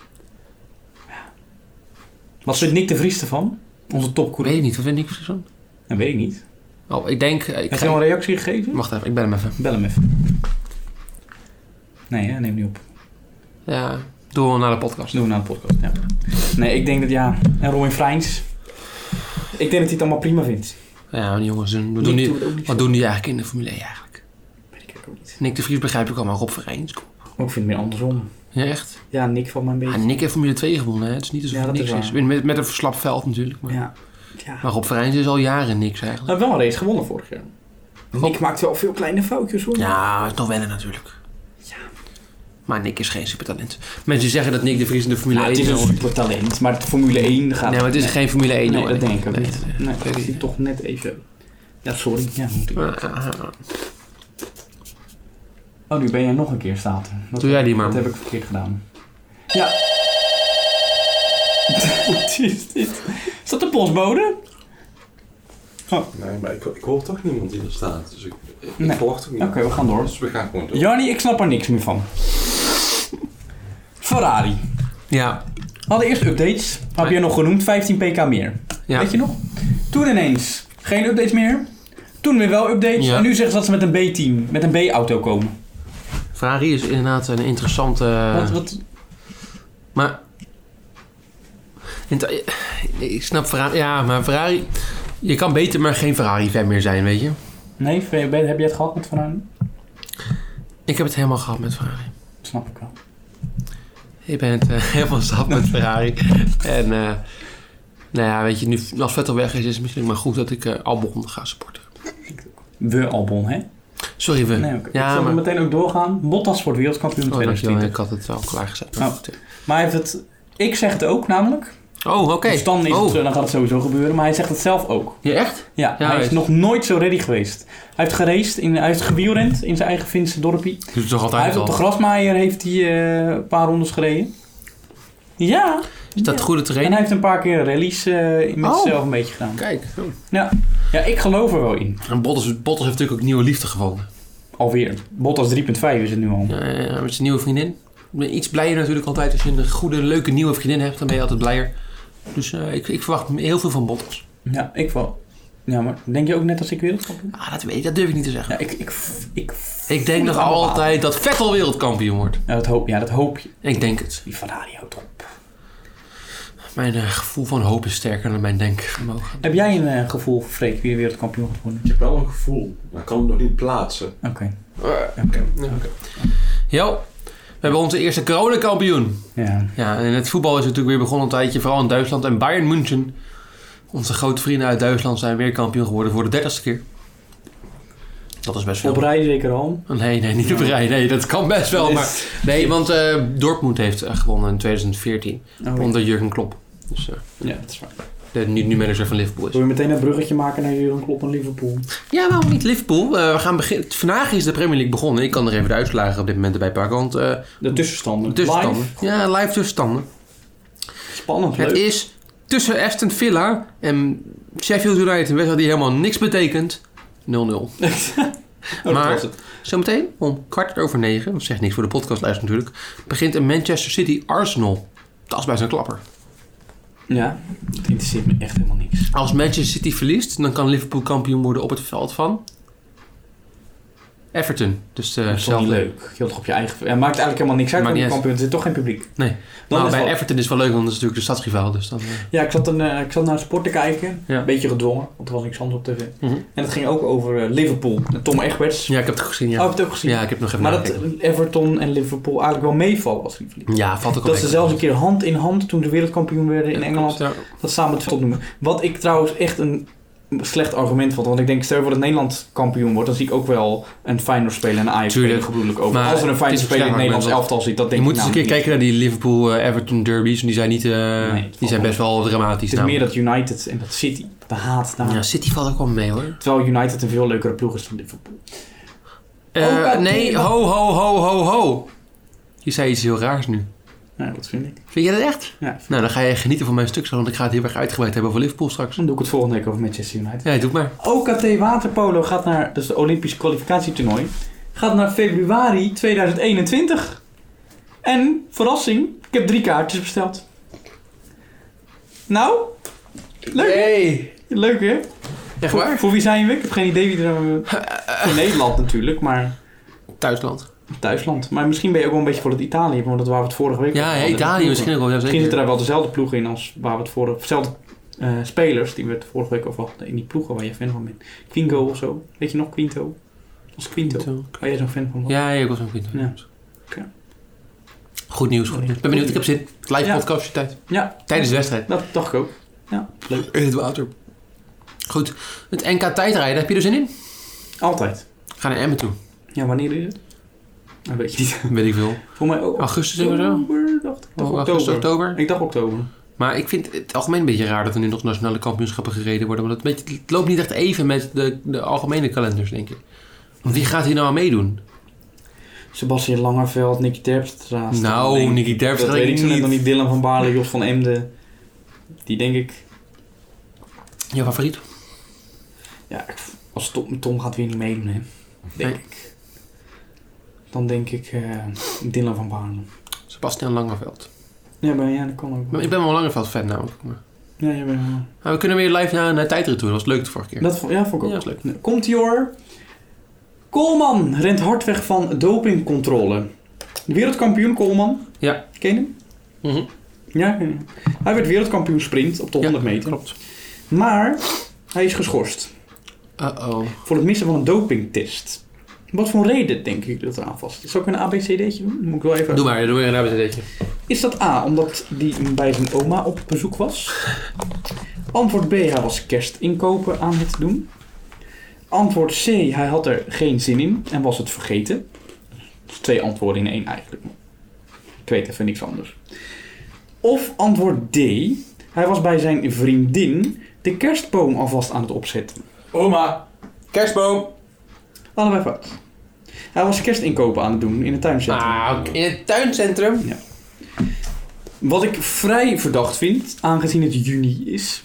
Wat vindt Nick de Vries ervan? Onze topcoureur.
Weet ik niet, wat vind ik van?
Dat weet ik niet.
Oh, ik denk... Ik
Heb je al een reactie gegeven?
Wacht even, ik bel hem even.
Bel hem even. Nee, hè? Neem niet op.
Ja, doen we na de podcast.
Doen we na de podcast, ja. Nee, ik denk dat ja... En Robin Freins. Ik denk dat hij het allemaal prima vindt.
Ja, die jongens, doen, doen
Nick
die,
doet het ook niet
wat
zo.
doen die eigenlijk in de Formule E eigenlijk?
Weet ik ook niet.
Nick de Vries begrijp ik al, maar Rob Verheijns.
Maar ik vind het meer andersom.
Ja, echt?
Ja, Nick valt maar een beetje...
Ja, Nick heeft Formule twee gewonnen, hè? Het is niet alsof
Ja,
het
dat
niks
is
is.
waar.
Met, met een verslapt veld natuurlijk. Maar,
Ja. ja.
maar Rob Verheijns is al jaren niks
Hij
eigenlijk.
heeft wel een race gewonnen vorig jaar. Nick maakt wel veel kleine foutjes hoor.
Ja, het is nog wennen natuurlijk.
Ja.
Maar Nick is geen supertalent. Mensen zeggen dat Nick de Vries in de Formule
Nou,
één...
het is een
wel-
super talent, maar het Formule één gaat...
Nee, maar het is geen Formule één.
Nee,
hoor.
dat denk ik ook
Nee,
niet.
nee,
Nee,
nee.
dat is hij toch net even... Ja, sorry. Ja, moet ik...
Ah,
Oh, nu ben jij nog een keer staat. Dat,
Doe jij die maar.
Dat heb ik verkeerd gedaan. Ja. Wat is dit? Is dat de postbode? Oh,
Nee, maar ik, ik hoor toch niemand die er staat. Dus ik, ik
Nee.
verwacht ook niet.
oké, we gaan door.
Dus we gaan gewoon door.
Jarnie, ik snap er niks meer van. Ferrari.
Ja,
Hadden eerst updates. Heb
Nee.
je nog genoemd? vijftien pk meer.
ja.
Weet je nog? Toen ineens geen updates meer. Toen weer wel updates.
Ja.
En nu zeggen ze dat ze met een B-team, met een B-auto komen.
Ferrari is inderdaad een interessante...
Wat, wat?
Maar... Inter- Ik snap Ferrari... Ja, maar Ferrari... Je kan beter maar geen Ferrari-fan meer zijn, weet je?
Nee, heb jij het gehad met Ferrari?
Ik heb het helemaal gehad met Ferrari.
Snap ik wel.
Ik ben het uh, helemaal zat met Ferrari. En uh, nou ja, weet je, nu als Vettel weg is, is het misschien maar goed dat ik uh, Albon ga supporten.
We Albon, hè?
Sorry, we.
Nee, okay.
Ja,
ik zal
maar...
meteen ook doorgaan. Bottas wordt wereldkampioen in
oh,
tweeduizend twintig.
Ik had het wel klaargezet.
Oh. Maar hij heeft het... Ik zeg het ook namelijk.
Oh, oké. Okay.
Dus dan, is
oh.
het, dan gaat het sowieso gebeuren. Maar hij zegt het zelf ook.
Ja, echt?
Ja, ja hij is, is nog nooit zo ready geweest. Hij heeft geraced, in, hij heeft gewielrend in zijn eigen Finse dorpje.
Dus toch altijd
hij heeft
al.
op de grasmaaier heeft hij, uh, een paar rondes gereden. Ja.
Is dat
ja.
goede terrein?
En hij heeft een paar keer rallies uh, met
oh.
zichzelf een beetje gedaan.
Kijk. Oh.
Ja. ja, ik geloof er wel in.
En Bottas, Bottas heeft natuurlijk ook nieuwe liefde gevonden.
Alweer. Bottas drie punt vijf is het nu al.
Ja, ja, met zijn nieuwe vriendin. Ik ben iets blijer natuurlijk altijd. Als je een goede, leuke nieuwe vriendin hebt, dan ben je altijd blijer. Dus uh, ik, ik verwacht heel veel van Bottas.
Ja, ik wel. Ja, maar denk je ook net als ik wereldkampioen?
Ah, dat weet ik, dat durf ik niet te zeggen.
Ja, ik, ik, ik,
ik denk nog altijd dat Vettel wereldkampioen wordt.
Ja, dat hoop, ja, dat hoop je.
Ik denk het.
Die Ferrari houdt op.
Mijn uh, gevoel van hoop is sterker dan mijn denkvermogen.
Heb jij een uh, gevoel voor Freek wie wereldkampioen gaat worden?
Ik heb wel een gevoel, maar ik kan het nog niet plaatsen.
Oké. Okay.
Uh, okay. okay. Jo, we hebben onze eerste coronakampioen.
Ja.
Ja, en het voetbal is natuurlijk weer begonnen een tijdje, vooral in Duitsland. En Bayern München, onze grote vrienden uit Duitsland, zijn weer kampioen geworden voor de dertigste keer. Dat is best veel.
Op rij zeker al?
Nee, nee, niet ja. op rij. Nee, dat kan best wel. Maar nee, want uh, Dortmund heeft uh, gewonnen in twintig veertien. Oh, onder Jurgen Klopp. Dus, uh,
ja, dat is waar.
De nu manager van Liverpool is.
Wil je meteen een bruggetje maken naar Jurgen Klopp en Liverpool?
Ja, waarom niet Liverpool? Uh, we gaan beginnen. Vandaag is de Premier League begonnen. Ik kan er even de uitslagen op dit moment erbij pakken. Want, uh,
de tussenstanden.
tussenstanden.
Live?
Ja, live tussenstanden.
Spannend,
Het
leuk.
is tussen Aston Villa en Sheffield United. Een wedstrijd die helemaal niks betekent. nul nul.
Oh,
maar zometeen om kwart over negen, dat zegt niks voor de podcastlijst natuurlijk, begint een Manchester City Arsenal. Dat is bij zijn klapper.
Ja, het interesseert me echt helemaal niks.
Als Manchester City verliest, dan kan Liverpool kampioen worden op het veld van Everton. Dus uh,
dat is toch niet leuk. Je wilt toch op je eigen... Ja, maakt eigenlijk helemaal niks uit. Maakt kampioen. Er zit toch geen publiek.
Nee. Dan nou, bij wel... Everton is wel leuk, want dat is natuurlijk de stadsrivaal. Dus dan, uh...
Ja, ik zat, een, uh, ik zat naar sport te kijken.
Ja.
Een beetje gedwongen, want er was niks anders op tv.
Mm-hmm.
En het ging ook over uh, Liverpool. En Tom Egberts.
Ja, ik heb het gezien. Ja.
Oh, heb je het ook gezien?
Ja, ik heb nog even
Maar dat Everton en Liverpool eigenlijk wel meevallen als die
Ja, valt ook
Dat ze zelfs een keer hand in hand toen ze wereldkampioen werden in
ja,
Engeland.
Ja.
Dat samen het opnoemen. Wat ik trouwens echt een slecht argument vond. Want ik denk, stel voor dat Nederland kampioen wordt, dan zie ik ook wel een Feyenoord spelen en een Ajax spelen gebroedelijk over. Maar als er een Feyenoord spelen in het Nederlands elftal ziet, dat denk
je
ik
moet eens een keer kijken naar die Liverpool-Everton derbies. Die zijn, niet, uh,
nee,
die zijn best wel dramatisch.
Het is namelijk. meer dat United en dat City, de haat daar.
Ja, City valt ook wel mee hoor.
Terwijl United een veel leukere ploeg is dan Liverpool.
Uh, oh, nee, ho, ho, ho, ho, ho. Je zei iets heel raars nu.
Ja, dat vind ik.
Vind je dat echt?
Ja.
Nou, dan ga je genieten van mijn stuk zo, want ik ga het heel erg uitgebreid hebben over Liverpool straks.
Dan doe ik het volgende week over Manchester United.
Ja, doe maar.
O K T Waterpolo gaat naar, dus de Olympische kwalificatietoernooi, gaat naar februari tweeduizend eenentwintig. En, verrassing, ik heb drie kaartjes besteld. Nou, leuk
hey.
Leuk hè?
Echt
voor,
waar?
voor wie zijn we? Ik heb geen idee wie er... Uh, voor Nederland natuurlijk, maar...
Thuisland.
Thuisland. Maar misschien ben je ook wel een beetje voor het Italië, want dat waren we het vorige week.
Ja, ja Italië misschien ook wel. Ja,
misschien zitten er wel dezelfde ploegen in als waar we het vorige... Dezelfde uh, spelers die we het vorige week over hadden in die ploegen waar je fan van bent. Quingo of zo. Weet je nog Quinto? Als Quinto. Quinto. Waar jij zo'n fan van was.
Ja, ik was zo'n Quinto.
Ja. Okay.
Goed nieuws, goed nieuws. Ik ben benieuwd, ik heb zin. Live
ja.
podcastje tijd.
Ja.
Tijdens de wedstrijd.
Dat dacht ik ook. Ja, leuk.
In het water. Goed. Het N K tijdrijden, heb je er zin in?
Altijd.
Ga naar Emmen toe.
Ja, wanneer is het? Dat weet je niet.
Weet ik veel.
Voor mij ook.
Augustus of zo?
Dacht ik. Dacht
oh,
oktober.
Augustus, oktober.
Ik dacht oktober.
Maar ik vind het algemeen een beetje raar dat er nu nog nationale kampioenschappen gereden worden. Want het, beetje, het loopt niet echt even met de, de algemene kalenders, denk ik. Want wie gaat hier nou aan meedoen?
Sebastian Langerveld, Nicky Terpstra.
Nou, Nicky Terpstra.
Dat weet ik zo net nog niet. Dylan van Baarle, Jos van Emden. Die denk ik...
Jouw favoriet?
Ja, als Tom, Tom gaat weer niet meedoen, hè. Denk
nee.
ik. Dan denk ik uh, Dylan van Baarle.
Sebastian Langerveld.
Ja, maar ja, dat kan ook wel.
Ik ben wel Langerveld fan namelijk. Maar...
Ja, ja, maar...
Maar we kunnen weer live naar, naar tijdrit toe. Dat was leuk de vorige keer.
Dat, ja, vond ik ook.
Ja, dat was leuk.
Komt ie hoor. Koolman rent hard weg van dopingcontrole. De wereldkampioen Koolman.
Ja.
Ken je hem?
Mm-hmm.
Ja, ken je. Hij werd wereldkampioen sprint op de honderd
ja,
meter.
Klopt.
Maar hij is geschorst.
Uh-oh.
Voor het missen van een dopingtest. Wat voor reden denk ik dat eraan vast is? Zal ik een A B C D'tje doen? Moet ik wel even...
Doe maar, doe maar een A B C D'tje.
Is dat A, omdat hij bij zijn oma op bezoek was? Antwoord B, hij was kerstinkopen aan het doen. Antwoord C, hij had er geen zin in en was het vergeten. Twee antwoorden in één eigenlijk. Ik weet even niks anders. Of antwoord D, hij was bij zijn vriendin de kerstboom alvast aan het opzetten.
Oma, kerstboom.
Allebei fout. Hij was kerstinkopen aan het doen in het tuincentrum.
Ah, in het tuincentrum?
Ja. Wat ik vrij verdacht vind, aangezien het juni is.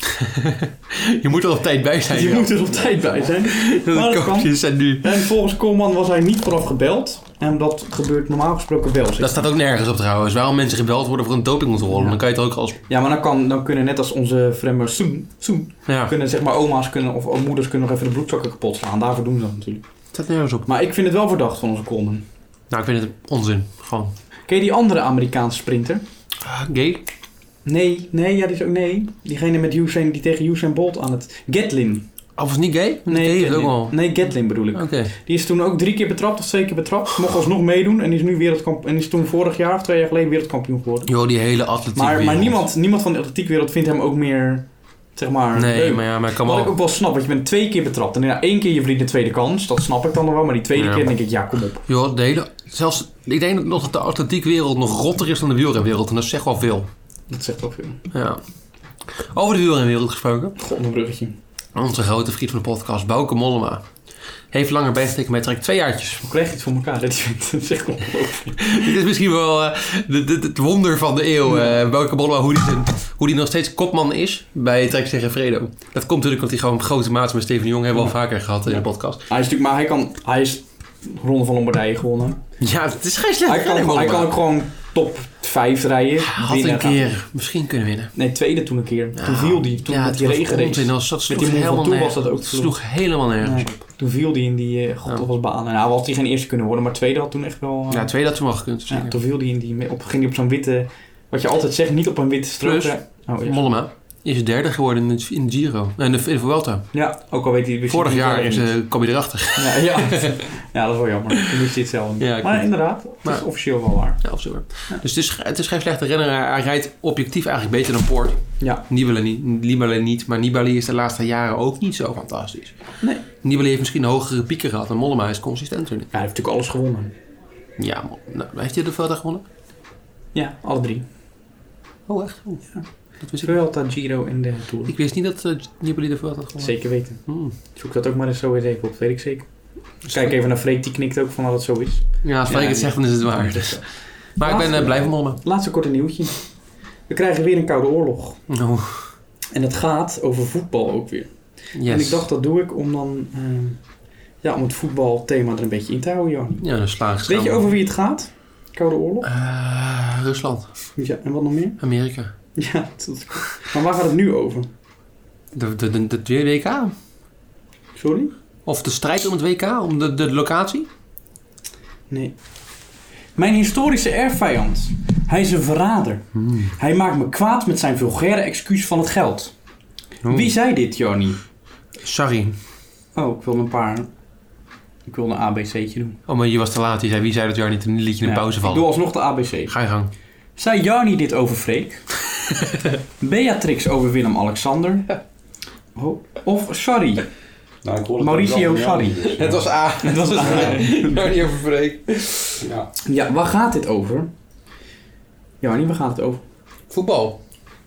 Je moet er op tijd bij zijn.
Je
joh.
moet er op tijd bij zijn. Maar
De
dat kan.
koopjes zijn nu.
En volgens Koolman was hij niet vooraf gebeld. En dat gebeurt normaal gesproken wel.
Dat staat ook nergens op trouwens. Waarom mensen gebeld worden voor een dopingcontrole.
Ja.
Dan kan je het ook als...
Ja, maar dan, kan, dan kunnen net als onze vreemde Soen, Soen
Ja,
kunnen zeg maar oma's kunnen, of moeders kunnen nog even de bloedzakken kapot slaan. Daarvoor doen ze dat natuurlijk.
het staat nergens op.
Maar ik vind het wel verdacht van onze Koolman.
Nou, ik vind het onzin. Gewoon.
Ken je die andere Amerikaanse sprinter?
Ah, gay?
Nee, nee, ja, die is ook nee. Diegene met Usain, die tegen Usain Bolt aan het... Gatlin.
Of was niet gay?
Nee,
gay is
Gatlin.
ook wel.
Nee, Gatlin bedoel ik.
Oké.
Die is toen ook drie keer betrapt of twee keer betrapt. Mocht alsnog meedoen en die is nu wereldkampioen. En die is toen vorig jaar of twee jaar geleden wereldkampioen geworden.
Joh, die hele atletiek
Maar, maar
wereld.
niemand, niemand van de atletiekwereld vindt hem ook meer, zeg maar...
Nee,
leuk.
maar ja, maar ik kan
Wat ik
wel...
ook wel snap, want je bent twee keer betrapt. En na één keer je vriend de tweede kans, dat snap ik dan nog wel. Maar die tweede
Ja.
keer denk ik, ja, kom op.
Joh, de hele... Zelfs... Ik denk nog dat de atletiekwereld nog rotter is dan de wielrenwereld. En dat zegt wel veel.
Dat zegt wel veel.
Ja. Over de wielrenwereld gesproken.
God, een bruggetje.
Onze grote vriend van de podcast, Bouke Mollema. Heeft langer bijgetekend bij Trek twee jaartjes.
Hoe krijg je het voor elkaar? Dat is echt ongelooflijk.
Dit is misschien wel uh, de, de, het wonder van de eeuw. Uh, Bouke Mollema, hoe die, hoe die nog steeds kopman is bij Trek Segafredo. Dat komt natuurlijk omdat hij gewoon grote maats met Steven de Jong hebben we al vaker gehad in
Ja.
de podcast.
Hij is natuurlijk, maar hij kan, hij is Ronde van Lombardije gewonnen.
Ja, het is geen slecht.
Hij kan, hij kan ook gewoon top vijf rijden.
Hij had
winnen
een
gaan.
keer misschien kunnen winnen.
Nee, tweede toen een keer. Toen viel hij. Toen
ja,
met die
het was
regenrace.
onzin. Dat sloeg
Met die Mont
helemaal
Ventoux
nergens.
was dat ook
Het sloeg helemaal nergens
Nee,
op.
toen viel hij in die... Uh, God,
Ja.
dat was baan. Nou, had hij geen eerste kunnen worden. Maar tweede had toen echt wel... Uh,
Ja, tweede had toen wel gekund.
ja,
Zeker.
toen viel hij in die... Op, ging hij op zo'n witte... Wat je altijd zegt, niet op een witte strook.
Plus,
rijden. Oh, ja.
Mollema is derde geworden in de, in de Giro. En de, in de Vuelta.
ja, ook al weet hij... wist
Vorig
hij
jaar
het
is,
niet.
uh, kom je erachter.
Ja, ja. ja, dat is wel jammer. Toen wist hij het zelf niet.
Ja,
maar
klopt.
inderdaad, het
Maar-
is officieel wel waar.
Ja, of zo.
Ja.
Dus het is, het is geen slechte renner. Hij hij rijdt objectief eigenlijk beter dan Poort.
Ja.
Nibali niet, Nibali niet. Maar Nibali is de laatste jaren ook niet zo fantastisch.
Nee.
Nibali heeft misschien hogere pieken gehad. En Mollema is consistenter.
Ja, hij heeft natuurlijk alles gewonnen.
Ja, Mo- nou, heeft hij de Vuelta gewonnen?
Ja, alle drie.
Oh, echt? Oh.
Ja.
Dat wist ik.
Vuelta, Giro en de Tour.
Ik wist niet dat uh, Nibali de Vuelta had gewonnen.
Zeker weten.
Hmm.
Zoek dat ook maar eens zo eens even op, weet ik zeker. Kijk even naar Freek, die knikt ook van dat het zo is.
Ja, als Frank
Ja,
het zegt, dan is het waar.
Dus,
Maar ik ben
Laatste-
uh, blij van Mollema.
Laatste korte nieuwtje. We krijgen weer een koude oorlog.
Oh,
En het gaat over voetbal ook weer.
yes.
En ik dacht, dat doe ik om dan... eh, ja, om het voetbalthema er een beetje in te houden, Jan.
Ja, dan sla ik
Weet je over wie het gaat? Koude oorlog?
Uh, Rusland.
Ja, en wat nog meer?
Amerika.
Ja, dat... maar waar gaat het nu over?
De, de, de, de W K?
Sorry?
Of de strijd om het W K? Om de, de locatie?
Nee. Mijn historische erfvijand. Hij is een verrader.
Hmm.
Hij maakt me kwaad met zijn vulgaire excuus van het geld.
Oh.
Wie zei dit, Jarny?
Sorry.
Oh, ik wil een paar... Ik wil een A B C'tje doen.
Oh, maar je was te laat. Je zei, wie zei dat Jarny toen liet je in
Ja,
pauze
ik doe
vallen?
alsnog de A B C.
Ga je gang.
Zei Jarny dit over Freek? Beatrix over Willem-Alexander? Oh, of Sarri?
Nou, ik hoorde
Mauricio
het wel van jou,
Sarri.
dus, ja.
Het was A.
Het was A.
Jarny over Freek.
Ja.
Ja, waar gaat dit over? Jarny, waar gaat het over?
Voetbal.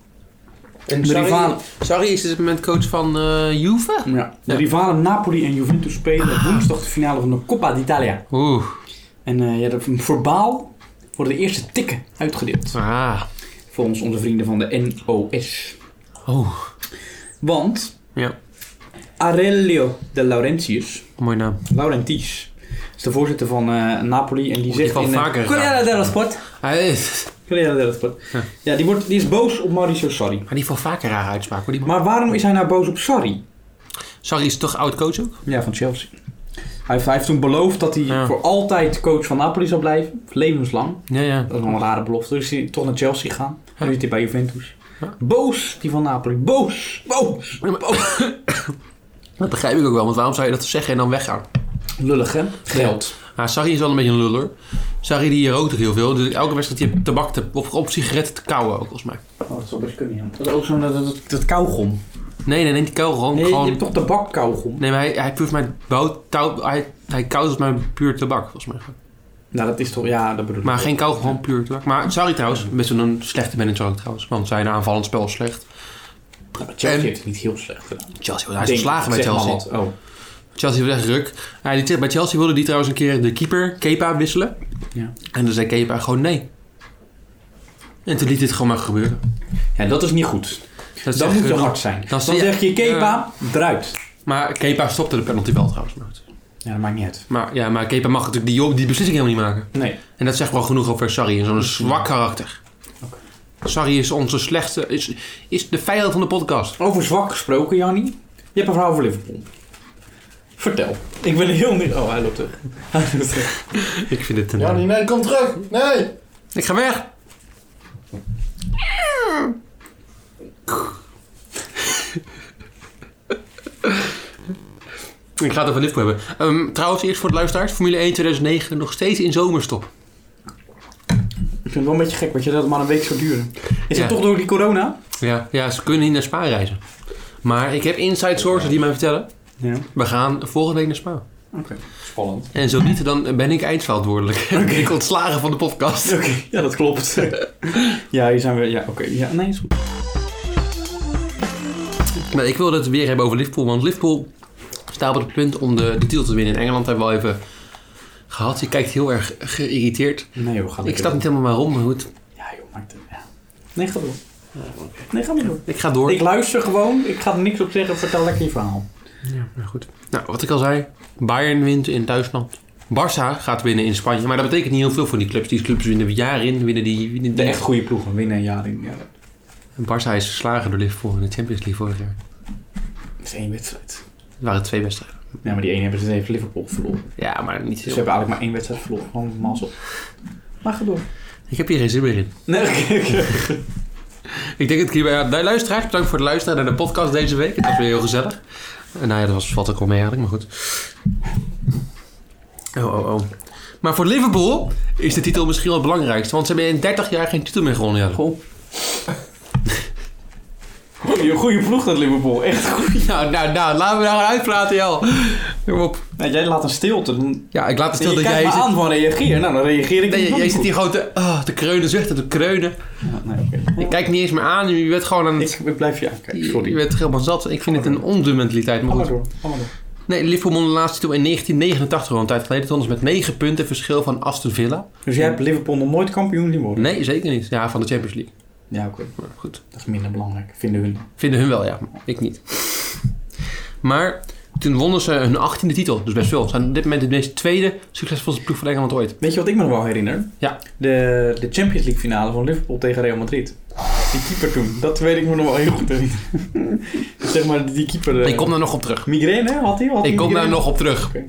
En
De
Sarri,
rivalen-
Sarri is dit moment coach van uh, Juve?
Ja. De
Ja.
rivalen Napoli en Juventus spelen woensdag de finale van de Coppa d'Italia.
Oeh.
En uh, ja, de, voor Baal worden de eerste tikken uitgedeeld.
Ah.
Volgens onze vrienden van de N O S.
Oh.
Want
Ja.
Aurelio de Laurentiis,
Mooi naam.
Laurentiis, is de voorzitter van uh, Napoli en die
Die
zegt
valt
in uh,
vaker
Corriere dello Sport.
Hij is...
Corriere dello Sport.
Ja.
Ja, die, wordt, die is boos op Mauricio Sarri.
Maar die valt vaker rare uitspraak hoor. Die man.
Maar waarom is hij nou boos op Sarri?
Sarri is toch oud coach ook?
Ja, van Chelsea. Hij heeft, hij heeft toen beloofd dat hij
Ja.
voor altijd coach van Napoli zou blijven. Levenslang.
Ja, ja.
Dat is wel een rare belofte. Dus is hij toch naar Chelsea gegaan. Nu zit hij bij Juventus.
Ja.
Boos, die van Napoli. Boos. Boos.
Dat begrijp ik ook wel, want waarom zou je dat zeggen en dan weggaan?
Lullig, hè? Geld.
Nou, Sarri is wel een beetje een luller. Sarri die rookt ook heel veel. Dus elke wedstrijd die heeft tabak te, of op sigaretten te kauwen ook, volgens mij.
Oh, dat zou best kunnen, ja. Dat is ook zo'n dat, dat, dat kauwgom.
Nee, nee, nee, die kauwen gewoon.
Nee,
gewoon...
je hebt toch tabakkauwgom?
Nee, maar hij, hij heeft mij bouwt, touw, hij, hij kauwt volgens mij puur tabak, volgens mij.
Nou, dat is toch, ja, dat bedoel ik.
Maar geen kauw, gewoon puur tabak. Maar Sarri trouwens, best wel een slechte manager ook trouwens. Want zijn aanvallend spel is slecht.
Nou, Chelsea
en...
heeft het niet heel slecht gedaan.
Chelsea, hij is geslagen bij Chelsea.
Oh.
Chelsea was echt ruk. Ja, die, bij Chelsea wilde die trouwens een keer de keeper, Kepa, wisselen.
Ja.
En dan zei Kepa gewoon nee. En toen liet dit gewoon maar gebeuren.
Ja, dat is niet goed.
Dat
Dan
zeg,
moet je
dan,
hard zijn. Dan,
Dan
zeg je Kepa,
uh,
eruit.
Maar Kepa stopte de penalty wel trouwens nooit.
Ja, dat maakt niet uit.
Maar, ja, maar Kepa mag natuurlijk die, die beslissing helemaal niet maken.
Nee.
En dat zegt wel genoeg over Sarri. Zo'n zwak karakter.
Okay.
Sarri is onze slechtste... Is, is de vijand van de podcast.
Over zwak gesproken, Jannie. Je hebt een verhaal over Liverpool. Vertel. Ik ben heel niet... Oh, hij loopt terug. Hij loopt terug.
Ik vind het een...
Jannie, nee, kom terug. Nee.
Ik ga weg. Ik ga het over Liverpool hebben. Um, trouwens, eerst voor de luisteraars. Formule één twintig negen nog steeds in zomerstop.
Ik vind het wel een beetje gek, want je dat het maar een week zou duren. Is
Ja.
het toch door die corona?
Ja, ja, ze kunnen niet naar Spa reizen. Maar ik heb inside sources die mij vertellen...
Ja.
We gaan volgende week naar Spa.
Oké. Okay.
Spannend.
En zo niet, dan ben ik eindverantwoordelijk. Okay. Ben ik ontslagen van de podcast.
Oké, okay. Ja, dat klopt. Ja, hier zijn we... Ja, oké. Okay. Ja, nee, is goed.
Maar ik wil het weer hebben over Liverpool. Want Liverpool staat op het punt om de, de titel te winnen. In Engeland hebben we al even gehad. Je kijkt heel erg geïrriteerd.
Nee joh, ga
Ik snap niet helemaal waarom, maar goed.
Ja joh, maakt het... Ja. Nee, ga door. Ja, okay. Nee, ga maar door.
Ik ga door.
Ik luister gewoon. Ik ga er niks op zeggen. Vertel lekker je verhaal.
Ja, maar goed. Nou, wat ik al zei. Bayern wint in Duitsland. Barça gaat winnen in Spanje. Maar dat betekent niet heel veel voor die clubs. Die clubs winnen jaar in. Winnen die, winnen die.
De echt goede ploegen winnen een jaar in. Ja.
En Barça is geslagen door Liverpool in de Champions League vorig jaar.
Dat is één wedstrijd.
Het waren twee wedstrijden.
Ja, maar die ene hebben ze even Liverpool verloren.
Ja, maar niet
Dus
veel.
ze hebben eigenlijk maar één wedstrijd verloren. Gewoon mazzel. Maar ga door.
Ik heb hier geen zin meer in.
Nee, oké. Okay, okay.
Ik denk dat ik hierbij... Ja, de luisteraars, bedankt voor het luisteren naar de podcast deze week. Het was weer heel gezellig. En nou ja, dat was, valt ook wel mee eigenlijk, maar goed. Oh, oh, oh. Maar voor Liverpool is de titel misschien wel het belangrijkste. Want ze hebben in dertig jaar geen titel meer gewonnen. Ja.
Goh. Goeie, goeie ploeg dat Liverpool. Echt goed.
Nou, nou, nou, laten we daar gaan uitpraten, Jel. Kom op.
Nee, jij laat een stilte.
Ja, ik laat het stil
je
dat jij...
kijkt me
zit...
aan van reageer. Nou, dan reageer ik
Nee,
niet.
jij, jij zit hier gewoon te, oh, te kreunen, zuchten, te kreunen.
Ja, nee, oké. Okay.
Je kijkt niet eens meer aan. Je bent gewoon aan het...
Ik, ik blijf je aankijken,
Je,
sorry.
je bent helemaal zat. Ik vind het een onduur mentaliteit.
Ga maar door. Ga maar door.
Nee, Liverpool won de laatste titel in negentien negenentachtig, al een tijd geleden. Toen was met negen punten verschil van Aston Villa.
Dus jij hebt Liverpool nog nooit kampioen zien worden?
Nee, zeker niet. Ja, van de Champions League.
Ja, oké. Okay.
Maar goed.
Dat is minder belangrijk, vinden hun.
Vinden hun wel, ja. Ik niet. Maar toen wonnen ze hun achttiende titel. Dus best veel. Ze zijn op dit moment de meest tweede succesvolste ploeg van Engeland ooit.
Weet je wat ik me nog wel herinner?
Ja.
De, de Champions League finale van Liverpool tegen Real Madrid. Die keeper toen. Dat weet ik me nog wel heel goed herinneren. Zeg maar, die keeper... Uh,
ik kom daar nog op terug.
Migraine, had hij? Had
ik kom
migraine?
daar nog op terug.
Okay.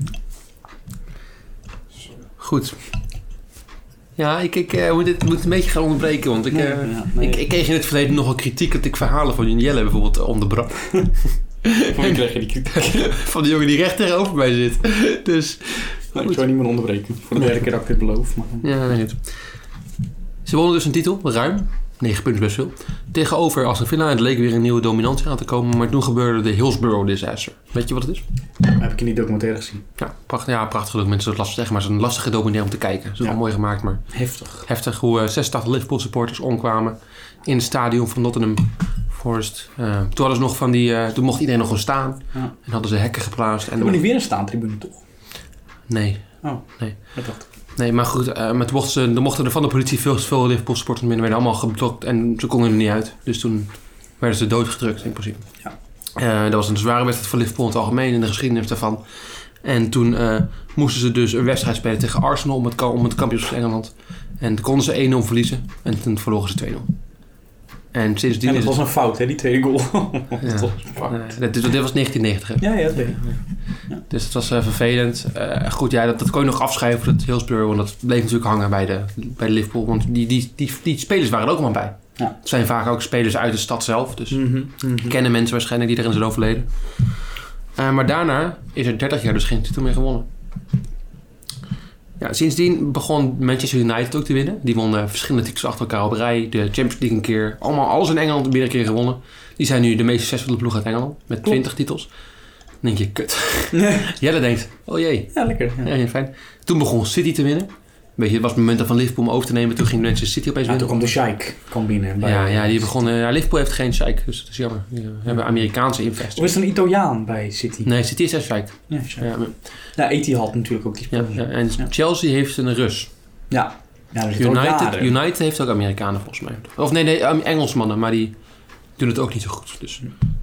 Goed. Ja, ik, ik uh, moet het moet een beetje gaan onderbreken. Want ik, uh,
nee, ja, nee.
ik, ik kreeg in het verleden nogal kritiek dat ik verhalen van Jelle bijvoorbeeld onderbrak.
Van wie krijg je die kritiek?
Van de jongen die recht tegenover mij zit. Dus...
Nou, ik zou niet meer onderbreken. Voor de derde keer dat ik dit beloof. Maar...
Ja, nee, goed. Ze wonnen dus een titel, ruim. negen punten best veel. Tegenover Aston Villa. En het leek weer een nieuwe dominantie aan te komen. Maar toen gebeurde de Hillsborough disaster. Weet je wat het is?
Heb ik in die documentaire gezien.
Ja, prachtig, ja, prachtig leuk. Mensen het lastig zeggen, maar het is een lastige documentaire om te kijken. Het is
ja.
wel mooi gemaakt, maar...
Heftig.
Heftig hoe uh, zesentachtig Liverpool supporters omkwamen in het stadion van Nottingham Forest. Uh, toen hadden ze nog van die... Uh, toen mocht iedereen nog gewoon staan.
Ja.
En hadden ze hekken geplaatst. En
hebben we niet weer een staantribune, toch?
Nee.
Oh,
nee.
Dat dacht ik.
Nee, maar goed, uh, maar toen mochten, ze, mochten er van de politie veel, veel Liverpool supporters binnen, werden allemaal geblokt en ze konden er niet uit. Dus toen werden ze doodgedrukt in principe.
Ja.
Uh, dat was een zware wedstrijd voor Liverpool in het algemeen, in de geschiedenis daarvan. En toen uh, moesten ze dus een wedstrijd spelen tegen Arsenal om het, om het kampioenschap van Engeland. En toen konden ze één nul verliezen en toen verloren ze twee nul. En sindsdien
en dat
is
was
het...
een fout, hè, die tweede goal.
Ja.
dat was een fout.
Uh, dit, dit was negentien negentig, hè?
Ja, ja, dat weet ik. Ja.
Dus het was uh, vervelend. Uh, goed, ja, dat, dat kon je nog afschrijven, dat Hillsborough. Want dat bleef natuurlijk hangen bij de, bij Liverpool. Want die, die, die, die spelers waren er ook allemaal bij.
Ja.
Het zijn vaak ook spelers uit de stad zelf. Dus
Mm-hmm. Mm-hmm.
kennen mensen waarschijnlijk die erin zijn overleden. Uh, maar daarna is er dertig jaar dus geen titel meer gewonnen. Ja, sindsdien begon Manchester United ook te winnen. Die won uh, verschillende titels achter elkaar op rij. De Champions League een keer. Allemaal alles in Engeland meerdere keer gewonnen. Die zijn nu de meest succesvolle ploeg uit Engeland. Met twintig titels. Dan denk je, kut. Nee. Jelle denkt, oh jee.
Ja, lekker. Ja.
Ja, fijn. Toen begon City te winnen. Weet je, het was het moment van Liverpool om over te nemen. Toen ging Manchester City opeens
ja,
winnen.
toen kwam de Sheikh kwam binnen. Bij
ja, ja, die begonnen. Ja, Liverpool heeft geen Sheikh, dus dat is jammer. Die ja. hebben Amerikaanse investors.
Of is het een Italiaan bij City?
Nee, City is een Sheikh.
Ja, Sheikh.
Ja, maar...
ja, Etihad natuurlijk ook die
ja, ja, en ja. Chelsea heeft een Rus.
Ja. ja dat is
United, United heeft ook Amerikanen volgens mij. Of nee, nee, Engelsmannen, maar die doen het ook niet zo goed. Dus.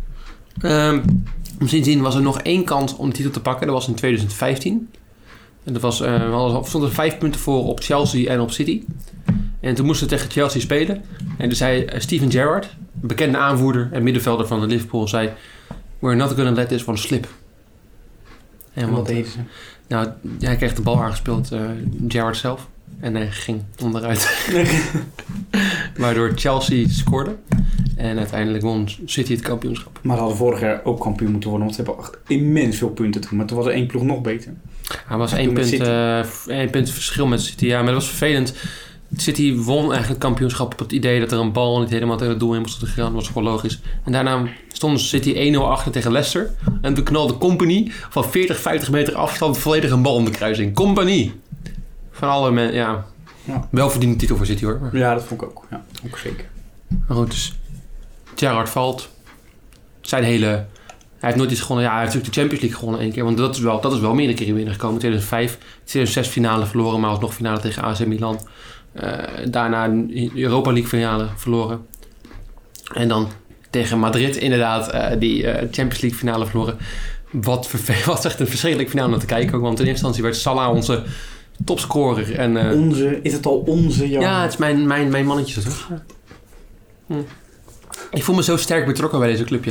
Um, sindsdien was er nog één kans om de titel te pakken. Dat was in twintig vijftien. En dat was, uh, we stonden vijf punten voor op Chelsea en op City. En toen moesten we tegen Chelsea spelen. En toen zei uh, Steven Gerrard, een bekende aanvoerder en middenvelder van de Liverpool, zei: "We're not gonna let this one slip." En,
en wat deed ze?
Nou, hij kreeg de bal aangespeeld, uh, Gerrard zelf. En hij ging onderuit. Waardoor Chelsea scoorde. En uiteindelijk won City het kampioenschap.
Maar ze hadden vorig jaar ook kampioen moeten worden. Want ze hebben echt immens veel punten toen. Maar toen was er één ploeg nog beter.
Hij was één punt, uh, één punt verschil met City. Ja, maar dat was vervelend. City won eigenlijk het kampioenschap op het idee dat er een bal niet helemaal tegen het doel in moest gaan. Dat was gewoon logisch. En daarna stonden City één nul achter tegen Leicester. En toen knalde Company van veertig, vijftig meter afstand volledig een bal in de kruising. Company! Van alle mensen, ja. ja. Welverdiende titel voor City hoor. Maar...
ja, dat vond ik ook. Ja, ook zeker.
Maar goed, dus Gerrard valt. Zijn hele... Hij heeft nooit iets gewonnen. Ja, hij heeft natuurlijk de Champions League gewonnen één keer. Want dat is wel, dat is wel meerdere keren binnengekomen. tweeduizend vijf, tweeduizend zes finale verloren. Maar alsnog finale tegen A C Milan. Uh, daarna een Europa League finale verloren. En dan tegen Madrid inderdaad uh, die uh, Champions League finale verloren. Wat verve- was echt een verschrikkelijk finale om te kijken. Ook, want in eerste instantie werd Salah onze topscorer. En, uh,
onze, is het al onze? Jan?
Ja, het is mijn, mijn, mijn mannetje. Toch? Ja. Hm. Ik voel me zo sterk betrokken bij deze clubje.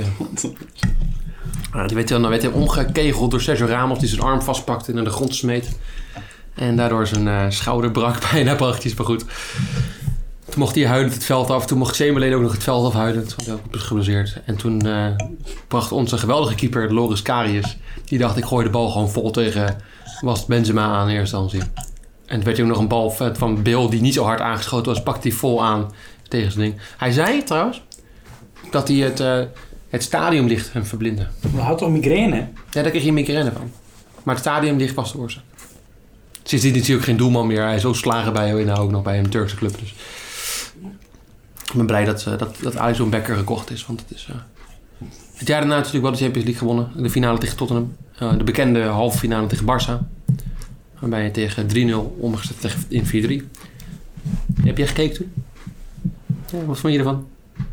Ja, die werd dan werd hij omgekegeld door Sergio Ramos, die zijn arm vastpakte en naar de grond smeet. En daardoor zijn uh, schouder brak bijna praktisch, maar goed. Toen mocht hij huilend het veld af. Toen mocht Chamberlain ook nog het veld afhuilen. Toen was hij ook geblesseerd. En toen uh, bracht onze geweldige keeper, Loris Karius, die dacht, ik gooi de bal gewoon vol tegen was Benzema aan in eerste instantie. En toen werd hij ook nog een bal van Bill, die niet zo hard aangeschoten was, pakte hij vol aan tegen zijn ding. Hij zei trouwens dat hij het, uh, het stadiumlicht hem verblindde.
Maar hij had toch migraine?
Ja, daar kreeg hij migraine van. Maar het stadiumlicht was de oorzaak. Sindsdien is hij ook geen doelman meer. Hij is zo slagen bij nou ook nog bij een Turkse club. Dus ik ben blij dat, uh, dat, dat Alisson Becker gekocht is. Want het is uh... het jaar daarna natuurlijk wel de Champions League gewonnen. De finale tegen Tottenham. Uh, de bekende halve finale tegen Barça. Waarbij je tegen drie nul omgezet tegen in vier drie. Heb jij gekeken toen? Ja, wat vond je ervan?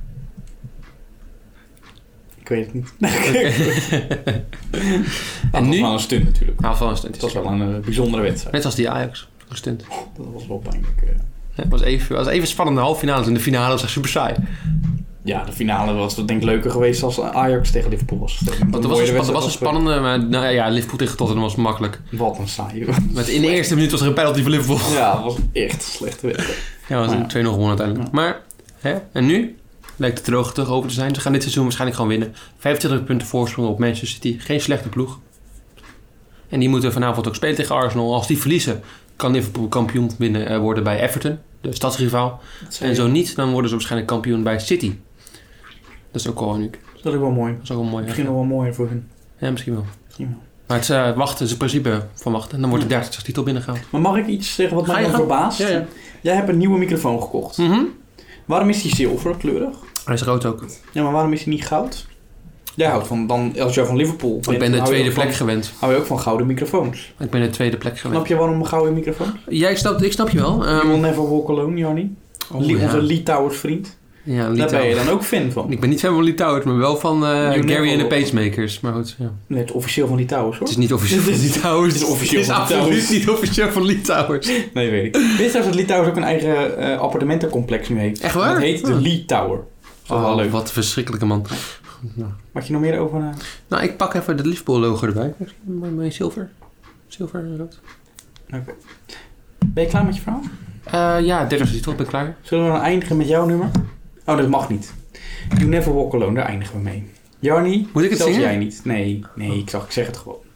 Ik weet het niet.
Okay.
En nu? Het was wel een stunt natuurlijk.
Nou, wel een stunt.
Het was wel een uh, bijzondere wedstrijd.
Net als die Ajax. Een stunt.
Dat was wel pijnlijk. Uh.
Ja, het was even, was even spannende halve finales. En de finale was echt super saai.
Ja, de finale was denk ik leuker geweest als Ajax tegen Liverpool was.
Want er was, een, was een spannende, maar nou ja, Liverpool tegen Tottenham was makkelijk.
Wat een saai.
Met in de eerste minuut was er een penalty voor Liverpool.
Ja, dat was echt een slechte wedstrijd.
Ja, dat was een twee nul gewonnen uiteindelijk. Ja. Maar, hè, en nu lijkt het droog terug over te zijn. Ze gaan dit seizoen waarschijnlijk gewoon winnen. vijfentwintig punten voorsprong op Manchester City. Geen slechte ploeg. En die moeten vanavond ook spelen tegen Arsenal. Als die verliezen, kan Liverpool kampioen winnen worden bij Everton, de stadsrivaal. En zo niet, dan worden ze waarschijnlijk kampioen bij City. Dat is ook wel uniek.
Dat is ook wel mooi.
Dat is ook wel mooi.
Misschien nog wel mooier voor hun.
Ja, misschien wel.
Misschien wel.
Maar het uh, wachten is het principe van wachten. En dan wordt de dertigste titel binnengehaald.
Maar mag ik iets zeggen wat mij verbaast?
Ja, ja.
Jij hebt een nieuwe microfoon gekocht.
Mm-hmm.
Waarom is die zilverkleurig?
Hij is rood ook.
Ja, maar waarom is hij niet goud? Jij houdt van, dan, als jij van Liverpool bent,
ik ben de tweede plek
van,
gewend.
Hou je ook van gouden microfoons?
Ik ben de tweede plek gewend.
Snap je waarom een gouden microfoon?
Ja, ik snap, ik snap je wel. Um,
you will never walk alone, Jarny. Oh, Lee, ja. Onze Lee Towers vriend.
Ja, Lee
Daar
Towers.
ben je dan ook fan van.
Ik ben niet fan van Lee Towers, maar wel van uh, Gary en de Pacemakers. Maar goed, ja.
Net officieel van Lee Towers, hoor.
Het is niet officieel van Lee Towers.
Het is officieel
het is
van
absoluut
Towers.
niet officieel van Lee Towers.
Nee, weet ik. Wist je dat Lee Towers ook een eigen uh, appartementencomplex nu heeft?
Echt waar?
Het heet de
ja.
Lee Tower. Dat is
oh,
wel leuk.
Wat een verschrikkelijke man.
Nou. Mag je nog meer over? Uh...
Nou, ik pak even de Liverpool logo erbij. Mijn, mijn zilver. Zilver en rood.
Oké. Okay. Ben je klaar met je verhaal?
Uh, ja, dertigste titel, ben ik klaar.
Zullen we dan eindigen met jouw nummer? Oh, dat mag niet. You Never Walk Alone, daar eindigen we mee. Jarny,
moet ik het
zelfs
zingen?
Jij niet. Nee, nee, ik, zag, ik zeg het gewoon.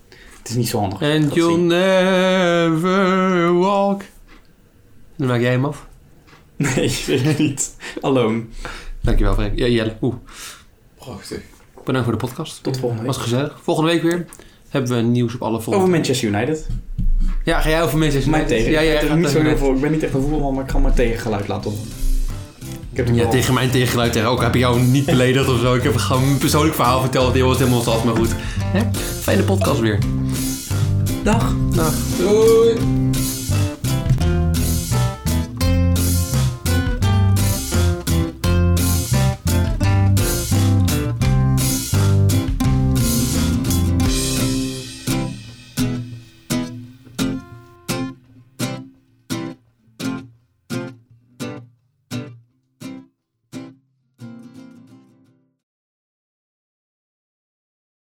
Het is niet zo handig.
And
dat
you'll
zien.
never walk. Dan maak jij hem af.
Nee, zeker niet. Alone.
Dankjewel, Frank. Ja, Jelle. Oeh.
Prachtig.
Bedankt voor de podcast.
Tot volgende week.
Was gezellig. Volgende week weer hebben we nieuws op alle fronten.
Over Manchester United.
Ja, ga jij over Manchester
Mij
United?
tegen.
Ja, ja,
ik,
ja,
heb niet zo heel
ja,
veel, ik ben niet echt een voetbalman, maar ik ga mijn tegengeluid laten horen. Ik heb het
ja,
wel-
tegen mijn tegengeluid tegen ook. Heb ik jou niet beledigd of zo. Ik heb gewoon een persoonlijk verhaal verteld. Die was helemaal zat, maar goed. Hè? Fijne podcast weer.
Dag.
Dag.
Doei!